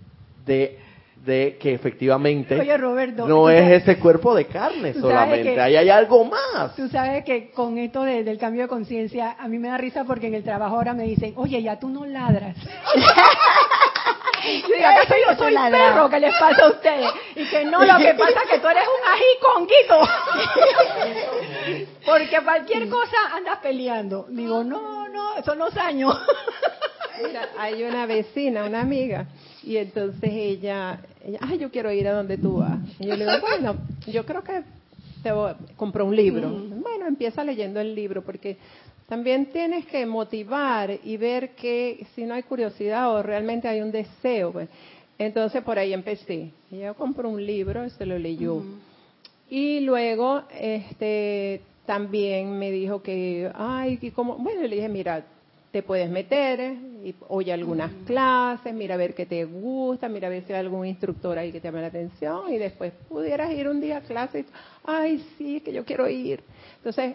que efectivamente, oye, Roberto, no es ese cuerpo de carne solamente, ahí hay algo más. Tú sabes que con esto del cambio de conciencia, a mí me da risa porque en el trabajo ahora me dicen, oye, ya tú no ladras. Yo digo, ¿acaso yo soy perro? ¿Qué les pasa a ustedes? Y que no, lo que pasa es que tú eres un ají conguito. Porque cualquier cosa andas peleando. Digo, no, son los años. Mira, hay una vecina, una amiga, y entonces ella, yo quiero ir a donde tú vas. Y yo le digo, bueno, yo creo que compró un libro. Bueno, empieza leyendo el libro, porque también tienes que motivar y ver que si no hay curiosidad o realmente hay un deseo. Pues. Entonces por ahí empecé. Ella compró un libro, se lo leyó. Y luego también me dijo que, y como, bueno, le dije, mira, te puedes meter y oye algunas clases, mira a ver qué te gusta, mira a ver si hay algún instructor ahí que te llame la atención, y después pudieras ir un día a clase y, sí, que yo quiero ir. Entonces,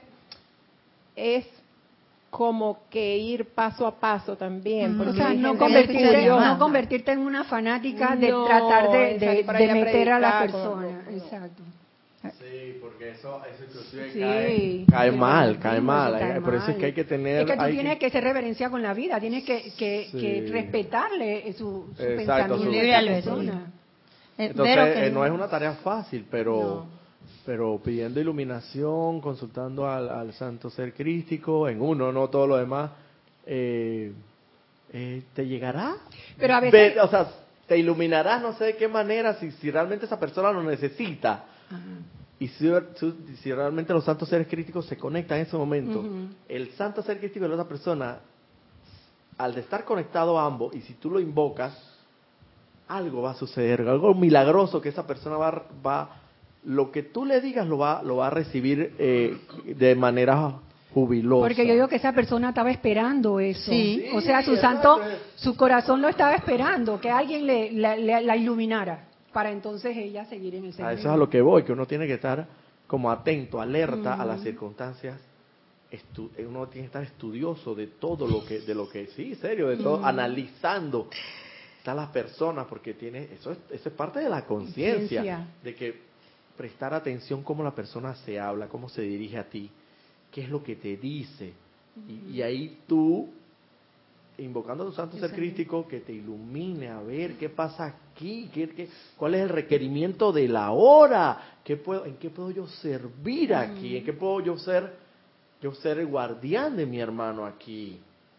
es como que ir paso a paso también. Porque o sea, no convertirte en una fanática de tratar de meter a la persona. Exacto. Sí, porque eso inclusive cae mal. Por eso es que hay que tener... Es que tú tienes que ser reverencia con la vida, tienes que respetarle su pensamiento a la persona. Entonces, no es una tarea fácil, pero pidiendo iluminación, consultando al santo ser crístico, en uno, no todo lo demás, te llegará. Pero a veces... o sea, te iluminarás, no sé de qué manera, si realmente esa persona lo necesita. Y si realmente los santos seres críticos se conectan en ese momento, el santo ser crítico de la otra persona, al de estar conectado a ambos, y si tú lo invocas, algo va a suceder, algo milagroso, que esa persona va lo que tú le digas lo va a recibir de manera jubilosa. Porque yo digo que esa persona estaba esperando eso. Sí. O sea, su corazón lo estaba esperando, que alguien la iluminara, para entonces ella seguir en el sendero. A eso es a lo que voy, que uno tiene que estar como atento, alerta a las circunstancias. Uno tiene que estar estudioso de todo lo que sí, serio, de todo, analizando a las personas, porque eso es parte de la conciencia, de que prestar atención cómo la persona se habla, cómo se dirige a ti, qué es lo que te dice, y ahí tú, invocando a tu santo ser crístico, que te ilumine a ver qué pasa aquí, cuál es el requerimiento de la hora, en qué puedo yo servir aquí, en qué puedo yo ser el guardián de mi hermano aquí.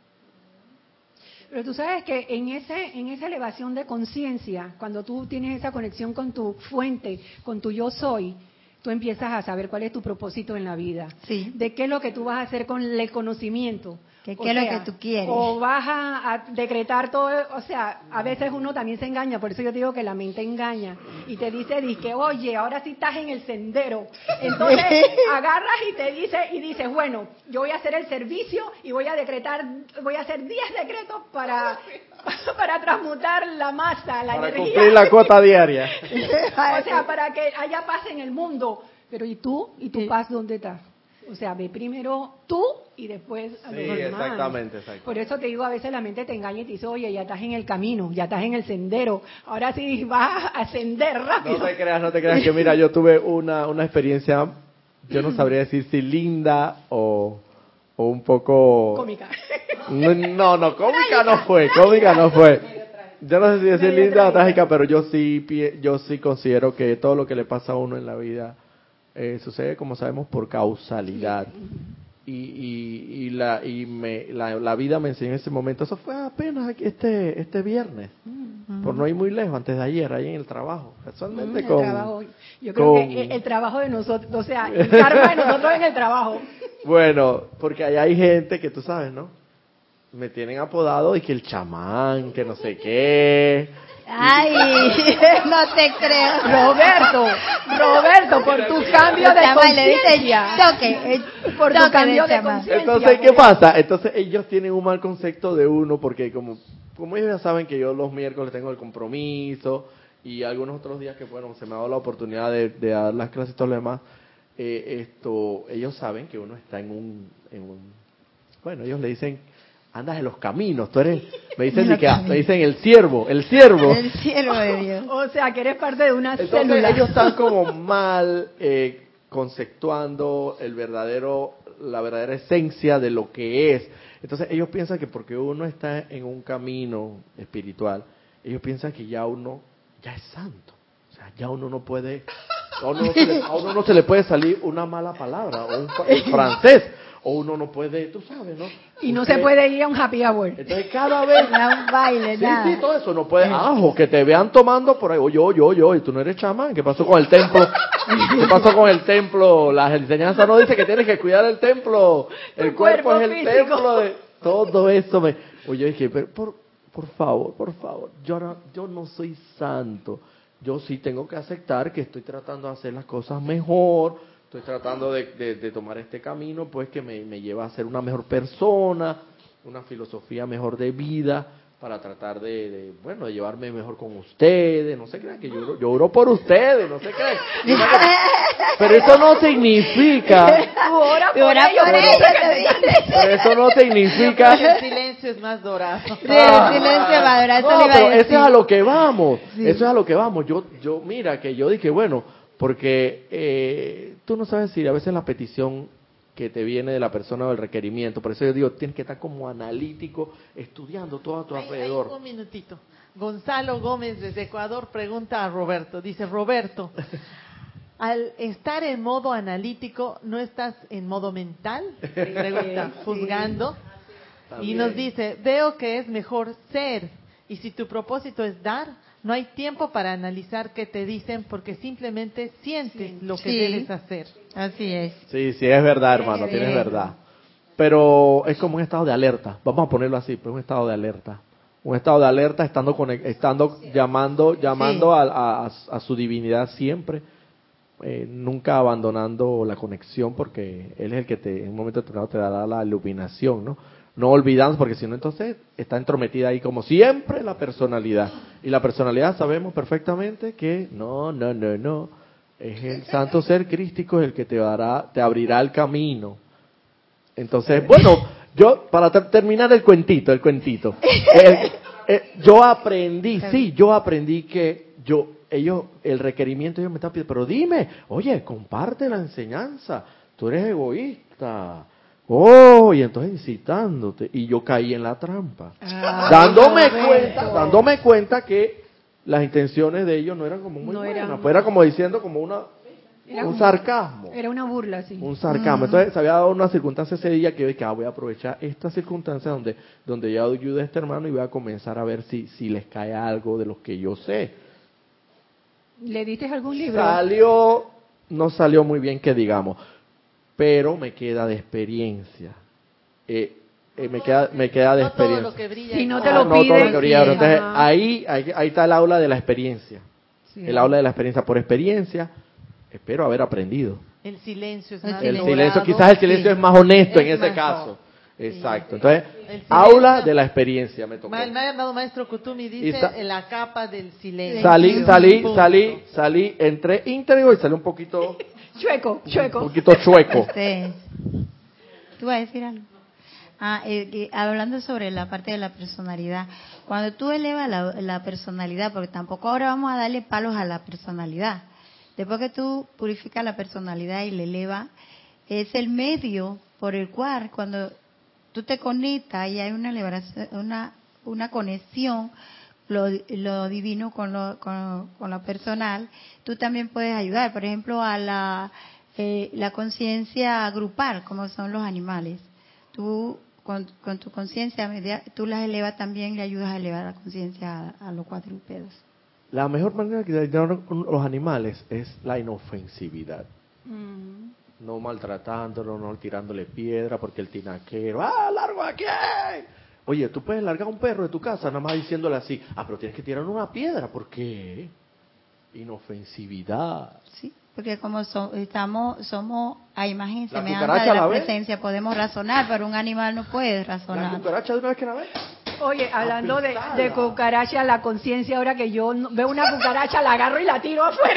Pero tú sabes que en esa elevación de conciencia, cuando tú tienes esa conexión con tu fuente, con tu yo soy, tú empiezas a saber cuál es tu propósito en la vida. Sí. De qué es lo que tú vas a hacer con el conocimiento. ¿Qué es lo que tú quieres? O vas a decretar todo, o sea, a veces uno también se engaña, por eso yo digo que la mente engaña y te dice, oye, ahora sí estás en el sendero. Entonces agarras y dices, bueno, yo voy a hacer el servicio y voy a hacer 10 decretos para transmutar la masa, la energía. Para cumplir la cuota diaria. O sea, para que haya paz en el mundo. Pero ¿y tú? ¿Y tu paz dónde está? O sea, ve primero tú y después a los demás. Exactamente. Por eso te digo, a veces la mente te engaña y te dice, oye, ya estás en el camino, ya estás en el sendero, ahora sí vas a ascender rápido. No te creas que mira, yo tuve una experiencia, yo no sabría decir si linda o un poco... Cómica. No, cómica no fue. Yo no sé si decir linda o trágica, pero yo sí considero que todo lo que le pasa a uno en la vida sucede, como sabemos, por causalidad. Y la vida me enseñó en ese momento. Eso fue apenas este viernes, por no ir muy lejos, antes de ayer, ahí en el trabajo, casualmente yo creo que el trabajo de nosotros, o sea, el karma de nosotros en el trabajo. Bueno, porque allá hay gente que tú sabes, ¿no? Me tienen apodado y que el chamán, que no sé qué. Ay, no te creo. Roberto, por tu cambio de conciencia. Por tu cambio de conciencia. Entonces, ¿qué pasa? Entonces, ellos tienen un mal concepto de uno porque como ellos ya saben que yo los miércoles tengo el compromiso y algunos otros días que, bueno, se me ha dado la oportunidad de dar las clases y todo lo demás, ellos saben que uno está en un bueno, ellos le dicen, andas en los caminos, tú eres, me dicen el siervo el siervo de Dios. O sea, que eres parte de una Entonces, célula. ellos están como mal conceptuando la verdadera esencia de lo que es. Entonces, ellos piensan que porque uno está en un camino espiritual, ellos piensan que ya uno ya es santo. O sea, ya uno no puede, a uno no se le puede salir una mala palabra, o un francés, o uno no puede, tú sabes, ¿no? Y no se puede ir a un happy hour. Entonces cada vez... un baile, nada. Sí, todo eso, no puede... o que te vean tomando por ahí, y tú no eres chamán, ¿qué pasó con el templo? ¿Qué pasó con el templo? Las enseñanzas no dicen que tienes que cuidar el templo, el cuerpo es el físico. templo de... Todo eso Oye, dije, pero por favor, yo no soy santo, yo sí tengo que aceptar que estoy tratando de hacer las cosas mejor, estoy tratando de tomar este camino, pues que me lleva a ser una mejor persona, una filosofía mejor de vida, para tratar de llevarme mejor con ustedes. No se crean que yo oro por ustedes, no se crean. Pero eso no significa... Pero eso no significa... El silencio es más dorado. Sí, el silencio es más dorado. No, pero eso es a lo que vamos. Sí. Eso es a lo que vamos. Yo mira, que yo dije, bueno, porque tú no sabes si a veces la petición que te viene de la persona o el requerimiento, por eso yo digo, tienes que estar como analítico, estudiando todo a tu alrededor. Un minutito. Gonzalo Gómez desde Ecuador pregunta a Roberto, dice, Roberto, al estar en modo analítico, ¿no estás en modo mental? Pregunta, juzgando. También. Y nos dice, veo que es mejor ser, y si tu propósito es dar, no hay tiempo para analizar qué te dicen porque simplemente sientes lo que debes hacer. Así es. Sí, es verdad, hermano, tienes verdad. Pero es como un estado de alerta, vamos a ponerlo así, pues un estado de alerta. Un estado de alerta estando llamando a su divinidad siempre, nunca abandonando la conexión porque Él es el que en un momento determinado te dará la iluminación, ¿no? No olvidando, porque si no, entonces está entrometida ahí como siempre la personalidad. Y la personalidad sabemos perfectamente que no. Es el santo ser crístico el que te abrirá el camino. Entonces, bueno, yo, para terminar el cuentito. Yo aprendí que el requerimiento, ellos me están pidiendo, pero dime, oye, comparte la enseñanza, tú eres egoísta. Y entonces incitándote, y yo caí en la trampa, dándome cuenta que las intenciones de ellos no eran como muy buenas, pues era como diciendo como un sarcasmo. Era una burla, sí. Un sarcasmo. Entonces se había dado una circunstancia ese día que yo dije, voy a aprovechar esta circunstancia donde ya ayude a este hermano y voy a comenzar a ver si les cae algo de lo que yo sé. ¿Le diste algún libro? No salió muy bien que digamos, pero me queda de experiencia. me queda de no experiencia. todo lo que brilla. Si no te lo piden. No todo lo que brilla. Sí. Entonces, ahí está el aula de la experiencia. Sí. El aula de la experiencia. Por experiencia, espero haber aprendido. El silencio es El más silencio. El silencio, logrado. quizás el silencio es más honesto Es en ese mejor. caso. Exacto. Entonces, El silencio- aula de la experiencia me tocó. El amado maestro Kutumi dice la capa del silencio. Salí, entré íntegro y salí un poquito Chueco. chueco. ¿Tú vas a decir algo? Hablando sobre la parte de la personalidad, cuando tú elevas la personalidad, porque tampoco ahora vamos a darle palos a la personalidad, después que tú purificas la personalidad y le elevas, es el medio por el cual cuando tú te conectas y hay una elevación, una conexión, lo divino con lo personal, tú también puedes ayudar, por ejemplo, a la conciencia grupal, como son los animales. Tú, con tu conciencia, tú las elevas también y ayudas a elevar la conciencia a los cuadrúpedos. La mejor manera de ayudar a los animales es la inofensividad. No maltratándolo, no tirándole piedra porque el tinaquero, largo aquí. Oye, tú puedes largar a un perro de tu casa nada más diciéndole así, pero tienes que tirar una piedra, ¿por qué? Inofensividad. Sí, porque como somos a imagen y La semejanza cucaracha de la la ve. presencia, podemos razonar, pero un animal no puede La razonar. cucaracha de una vez que la ve. Oye, hablando de cucaracha, la conciencia, ahora que yo veo una cucaracha, la agarro y la tiro afuera.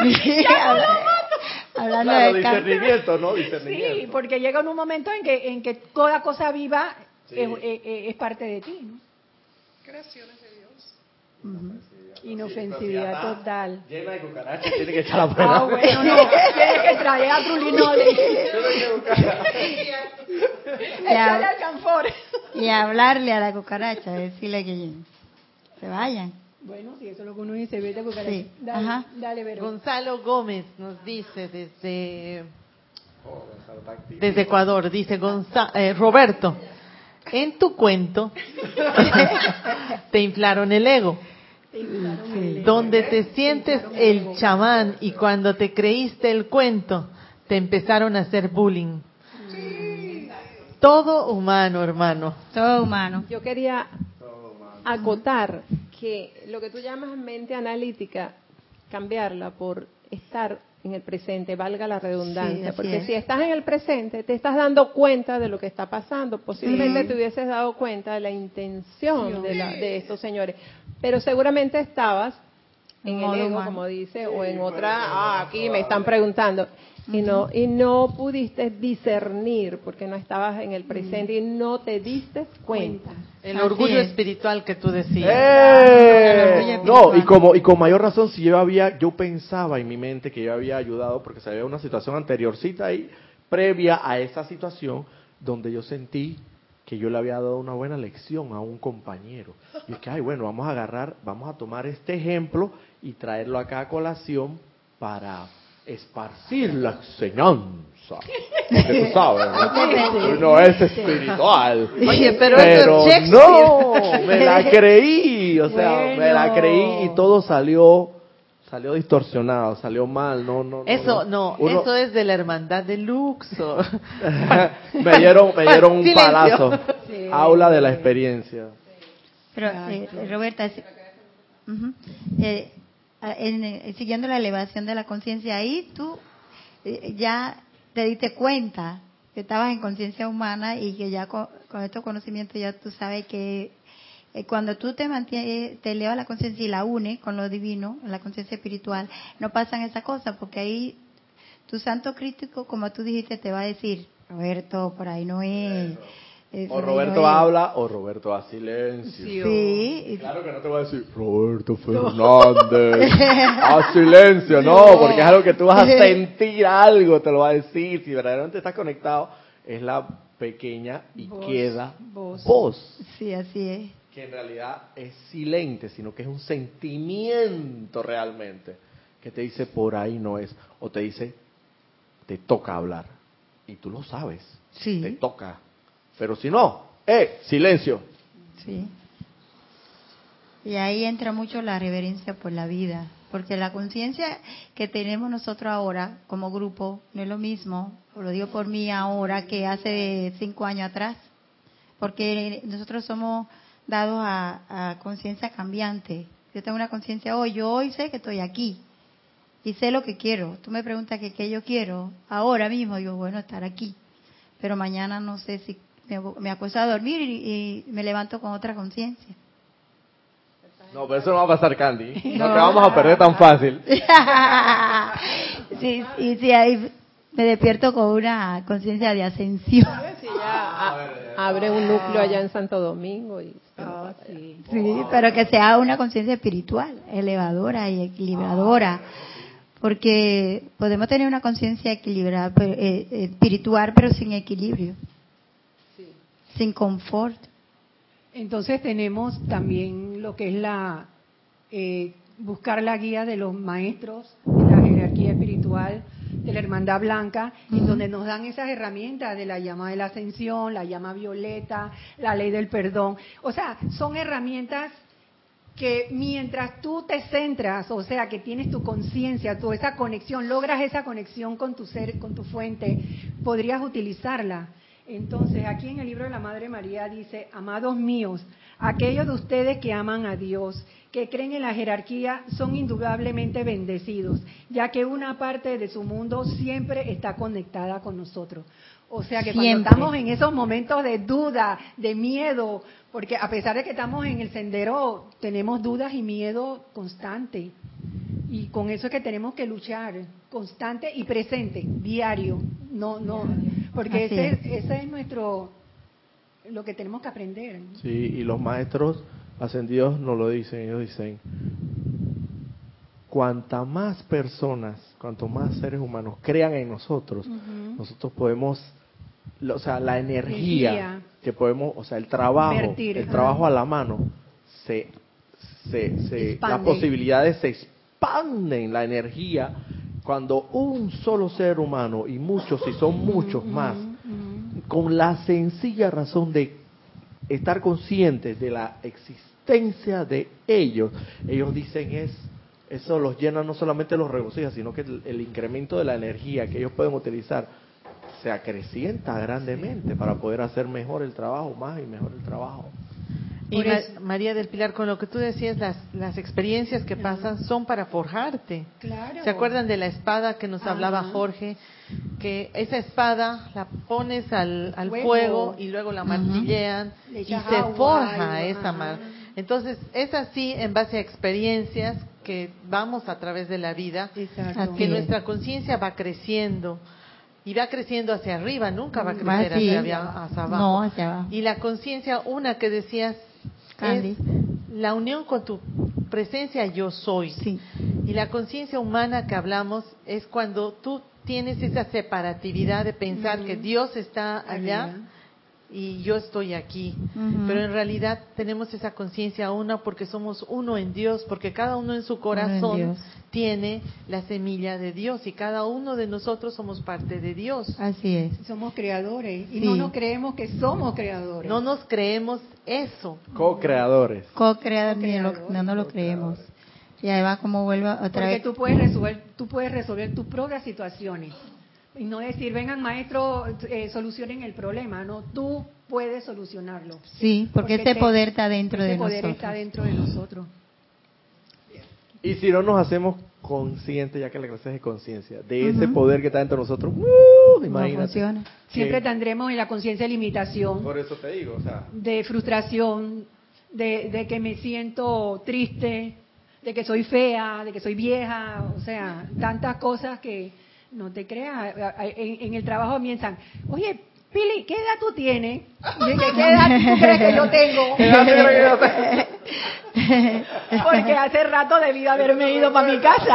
Hablando Claro, de discernimiento, ¿no? Discernimiento. Sí, porque llega en un momento en que toda cosa viva es parte de ti, ¿no? Creaciones de Dios. Inofensividad total. Llena de cucarachas, tiene que echarla afuera. Bueno, no, tienes que traer a Trulinoli. Echarle al canfor. y hablarle a la cucaracha, decirle que se vayan. Bueno, si eso es lo que uno dice, vete a cucaracha. Sí. Dale, Ajá. dale, Vero. Gonzalo Gómez nos dice desde Ecuador, dice Roberto, en tu cuento te inflaron el ego, donde te sientes el chamán y cuando te creíste el cuento te empezaron a hacer bullying. Todo humano, hermano. Todo humano. Yo quería acotar que lo que tú llamas mente analítica, cambiarla por estar en el presente, valga la redundancia, Sí, porque es. si estás en el presente, te estás dando cuenta de lo que está pasando, posiblemente te hubieses dado cuenta de la intención de estos señores, pero seguramente estabas en el ego, humano, como dice, o en otra, aquí me están preguntando, y no pudiste discernir porque no estabas en el presente y no te diste cuenta. El Así orgullo es. espiritual que tú decías. No, y con mayor razón, si yo pensaba en mi mente que yo había ayudado, porque se había una situación anteriorcita ahí, previa a esa situación, donde yo sentí que yo le había dado una buena lección a un compañero. Y es que, bueno, vamos a tomar este ejemplo y traerlo acá a colación para esparcir la enseñanza. Porque tú sabes, no es espiritual. Oye, pero Pero eso es no, me la creí, me la creí y todo salió distorsionado, salió mal, no. Eso es de la hermandad de Luxor. me dieron un silencio. palazo. Sí. Aula de la experiencia. Pero, Roberta, siguiendo la elevación de la conciencia, ahí tú ya te diste cuenta que estabas en conciencia humana y que ya con estos conocimientos ya tú sabes que cuando tú te elevas la conciencia y la unes con lo divino, la conciencia espiritual, no pasan esas cosas, porque ahí tu santo crítico, como tú dijiste, te va a decir, Roberto, por ahí no es. O Roberto habla o Roberto hace silencio. Sí. Claro que no te voy a decir, Roberto Fernández, haz silencio, no, porque es algo que tú vas a sentir algo, te lo va a decir. Si verdaderamente estás conectado, es la pequeña y queda voz. Sí, así es. Que en realidad es silente, sino que es un sentimiento realmente, que te dice por ahí no es, o te dice, te toca hablar, y tú lo sabes, te toca. Pero si no, silencio. Sí. Y ahí entra mucho la reverencia por la vida, porque la conciencia que tenemos nosotros ahora como grupo no es lo mismo, lo digo por mí ahora, que hace 5 años atrás. porque nosotros somos dados a conciencia cambiante. Yo tengo una conciencia hoy, yo hoy sé que estoy aquí y sé lo que quiero. Tú me preguntas que qué yo quiero, ahora mismo yo, bueno, estar aquí, pero mañana no sé si me acuesto a dormir y me levanto con otra conciencia. No, pero eso no va a pasar, Candy. No te vamos a perder tan fácil. Sí, ahí me despierto con una conciencia de ascensión. Sí, abre un núcleo allá en Santo Domingo. Sí, pero que sea una conciencia espiritual, elevadora y equilibradora. Porque podemos tener una conciencia equilibrada, espiritual, pero sin equilibrio, sin confort. Entonces tenemos también lo que es buscar la guía de los maestros de la jerarquía espiritual de la Hermandad Blanca, en donde nos dan esas herramientas de la llama de la ascensión, la llama violeta, la ley del perdón. O sea, son herramientas que mientras tú te centras, o sea, que tienes tu conciencia, esa conexión, logras esa conexión con tu ser, con tu fuente, podrías utilizarla. Entonces, aquí en el libro de la Madre María dice: amados míos, aquellos de ustedes que aman a Dios, que creen en la jerarquía, son indudablemente bendecidos, ya que una parte de su mundo siempre está conectada con nosotros. O sea que cuando estamos en esos momentos de duda, de miedo, porque a pesar de que estamos en el sendero, tenemos dudas y miedo constante. Y con eso es que tenemos que luchar, constante y presente, diario. No, porque ese es lo que tenemos que aprender. Sí, y los maestros ascendidos nos lo dicen, ellos dicen: cuanta más personas, cuanto más seres humanos crean en nosotros, nosotros podemos, o sea, la energía que podemos, o sea, el trabajo a la mano, las posibilidades se expanden, la energía, cuando un solo ser humano, y muchos, si son muchos más, con la sencilla razón de estar conscientes de la existencia de ellos dicen eso los llena, no solamente los regocija, sino que el incremento de la energía que ellos pueden utilizar se acrecienta grandemente para poder hacer mejor el trabajo, más y mejor el trabajo. Y María del Pilar, con lo que tú decías, las experiencias que pasan son para forjarte. Claro. ¿Se acuerdan de la espada que nos hablaba Jorge? Que esa espada la pones al fuego y luego la martillean y se forja esa Entonces, es así en base a experiencias que vamos a través de la vida, que nuestra conciencia va creciendo. Y va creciendo hacia arriba, nunca va a crecer hacia abajo. No, hacia abajo. Y la conciencia, una que decías, es la unión con tu presencia yo soy. Sí. Y la conciencia humana que hablamos es cuando tú tienes esa separatividad de pensar que Dios está allá y yo estoy aquí. Pero en realidad tenemos esa conciencia una porque somos uno en Dios, porque cada uno en su corazón tiene la semilla de Dios y cada uno de nosotros somos parte de Dios. Así es. Somos creadores y no nos creemos que somos creadores. No nos creemos eso. Co-creadores. No nos lo creemos. Y ahí va como vuelvo otra vez. Porque tú puedes resolver tus propias situaciones. Y no decir, vengan maestros, solucionen el problema. No, tú puedes solucionarlo. Sí, porque ese poder está dentro de nosotros. Ese poder está dentro de nosotros. Y si no nos hacemos conscientes, ya que la clase es de conciencia, de ese poder que está dentro de nosotros, imagínate. No funciona. Siempre tendremos en la conciencia de limitación. Por eso te digo, o sea, de frustración, de que me siento triste, de que soy fea, de que soy vieja, o sea, tantas cosas que no te creas. En el trabajo comienzan, oye, Pili, ¿qué edad tú tienes? ¿Qué edad tú crees que yo tengo? ¿Qué edad tú crees que yo tengo? Porque hace rato debí haberme ido para mi casa.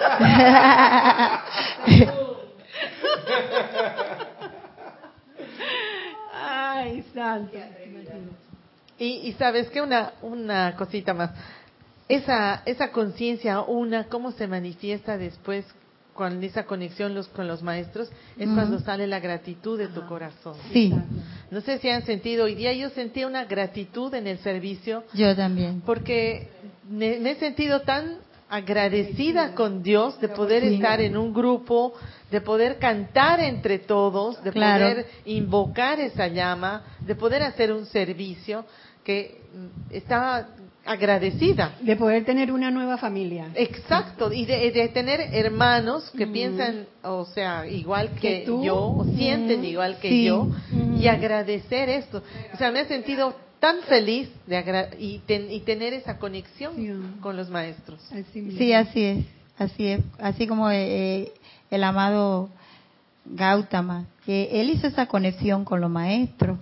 Ay, santo. Y sabes que una cosita más. Esa conciencia ¿cómo se manifiesta después con esa conexión con los maestros? Es cuando sale la gratitud de tu corazón. Sí. No sé si han sentido, hoy día yo sentí una gratitud en el servicio. Yo también. Porque me he sentido tan agradecida con Dios de poder estar en un grupo, de poder cantar entre todos, de poder invocar esa llama, de poder hacer un servicio que estaba agradecida. De poder tener una nueva familia. Exacto, y de tener hermanos que piensan, o sea, igual que yo, o sienten igual que yo, y agradecer esto. O sea, me he sentido tan feliz y tener esa conexión con los maestros. Sí, así es, así como el amado Gautama, que él hizo esa conexión con los maestros,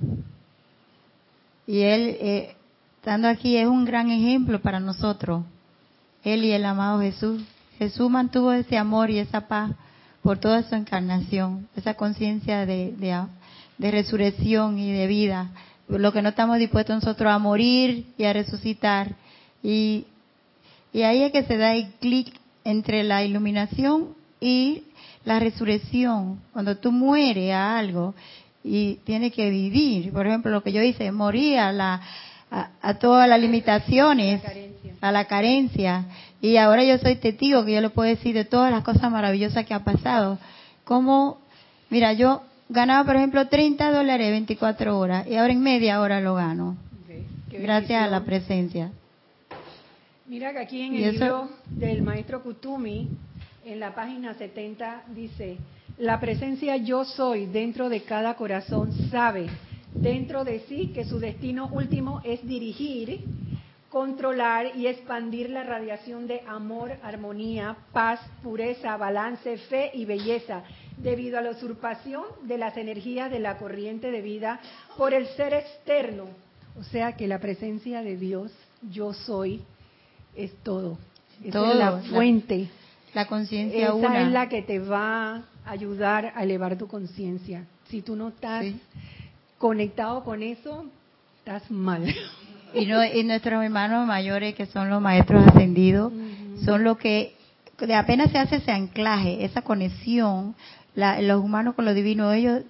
y él, estando aquí, es un gran ejemplo para nosotros, él y el amado Jesús. Jesús mantuvo ese amor y esa paz por toda su encarnación, esa conciencia de resurrección y de vida, lo que no estamos dispuestos nosotros a morir y a resucitar, y ahí es que se da el clic entre la iluminación y la resurrección. Cuando tú mueres a algo y tienes que vivir, por ejemplo, lo que yo hice, morí a todas las limitaciones, a la carencia, y ahora yo soy testigo que yo le puedo decir de todas las cosas maravillosas que ha pasado. Como, mira, yo ganaba, por ejemplo, $30 24 horas, y ahora en media hora lo gano, gracias a la presencia. Mira que aquí en el libro del maestro Kutumi, en la página 70, dice: la presencia yo soy dentro de cada corazón sabe dentro de sí que su destino último es dirigir, controlar y expandir la radiación de amor, armonía, paz, pureza, balance, fe y belleza, debido a la usurpación de las energías de la corriente de vida por el ser externo. O sea que la presencia de Dios, yo soy, es todo. Esa es la fuente. La conciencia una. Esa es la que te va a ayudar a elevar tu conciencia. Si tú no estás conectado con eso, estás mal. Y nuestros hermanos mayores, que son los maestros ascendidos, son los que apenas se hace ese anclaje, esa conexión, los humanos con lo divino, ellos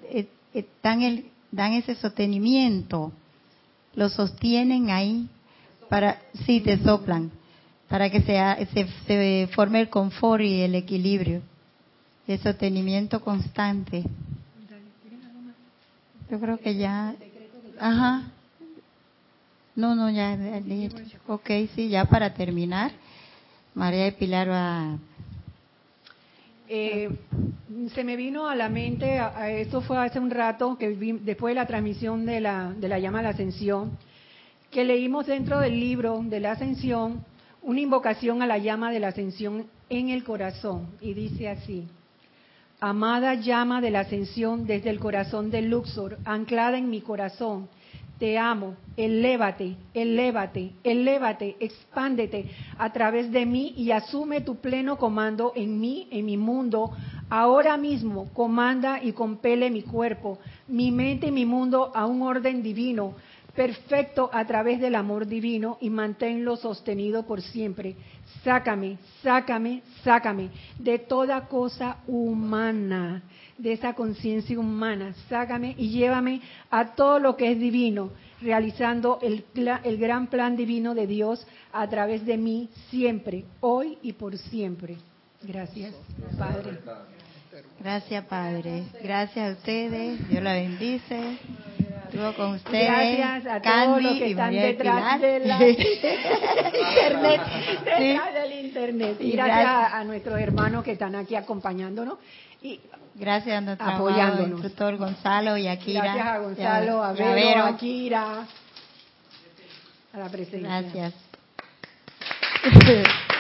dan ese sostenimiento, lo sostienen ahí, te soplan, para que se forme el confort y el equilibrio, el sostenimiento constante. Yo creo que ya, ya, ok, sí, ya para terminar, María de Pilar va. Se me vino a la mente, esto fue hace un rato, que después de la transmisión de la llama de la ascensión, que leímos dentro del libro de la ascensión una invocación a la llama de la ascensión en el corazón, y dice así: amada llama de la ascensión desde el corazón de Luxor, anclada en mi corazón, te amo, elévate, elévate, elévate, expándete a través de mí y asume tu pleno comando en mí, en mi mundo. Ahora mismo comanda y compele mi cuerpo, mi mente y mi mundo a un orden divino, perfecto a través del amor divino, y manténlo sostenido por siempre. Sácame, sácame, sácame de toda cosa humana, de esa conciencia humana, sácame y llévame a todo lo que es divino, realizando el gran plan divino de Dios a través de mí siempre, hoy y por siempre. Gracias, Padre. Gracias, Padre. Gracias a ustedes. Dios la bendice. Estuvo con ustedes. Gracias a Candy todos los que están detrás de la internet. Detrás del internet. Y gracias a nuestros hermanos que están aquí acompañándonos. Y gracias a nuestro apoyándonos. instructor Gonzalo y Akira. Gracias a Gonzalo, a Vero, a Akira, a la presencia. Gracias.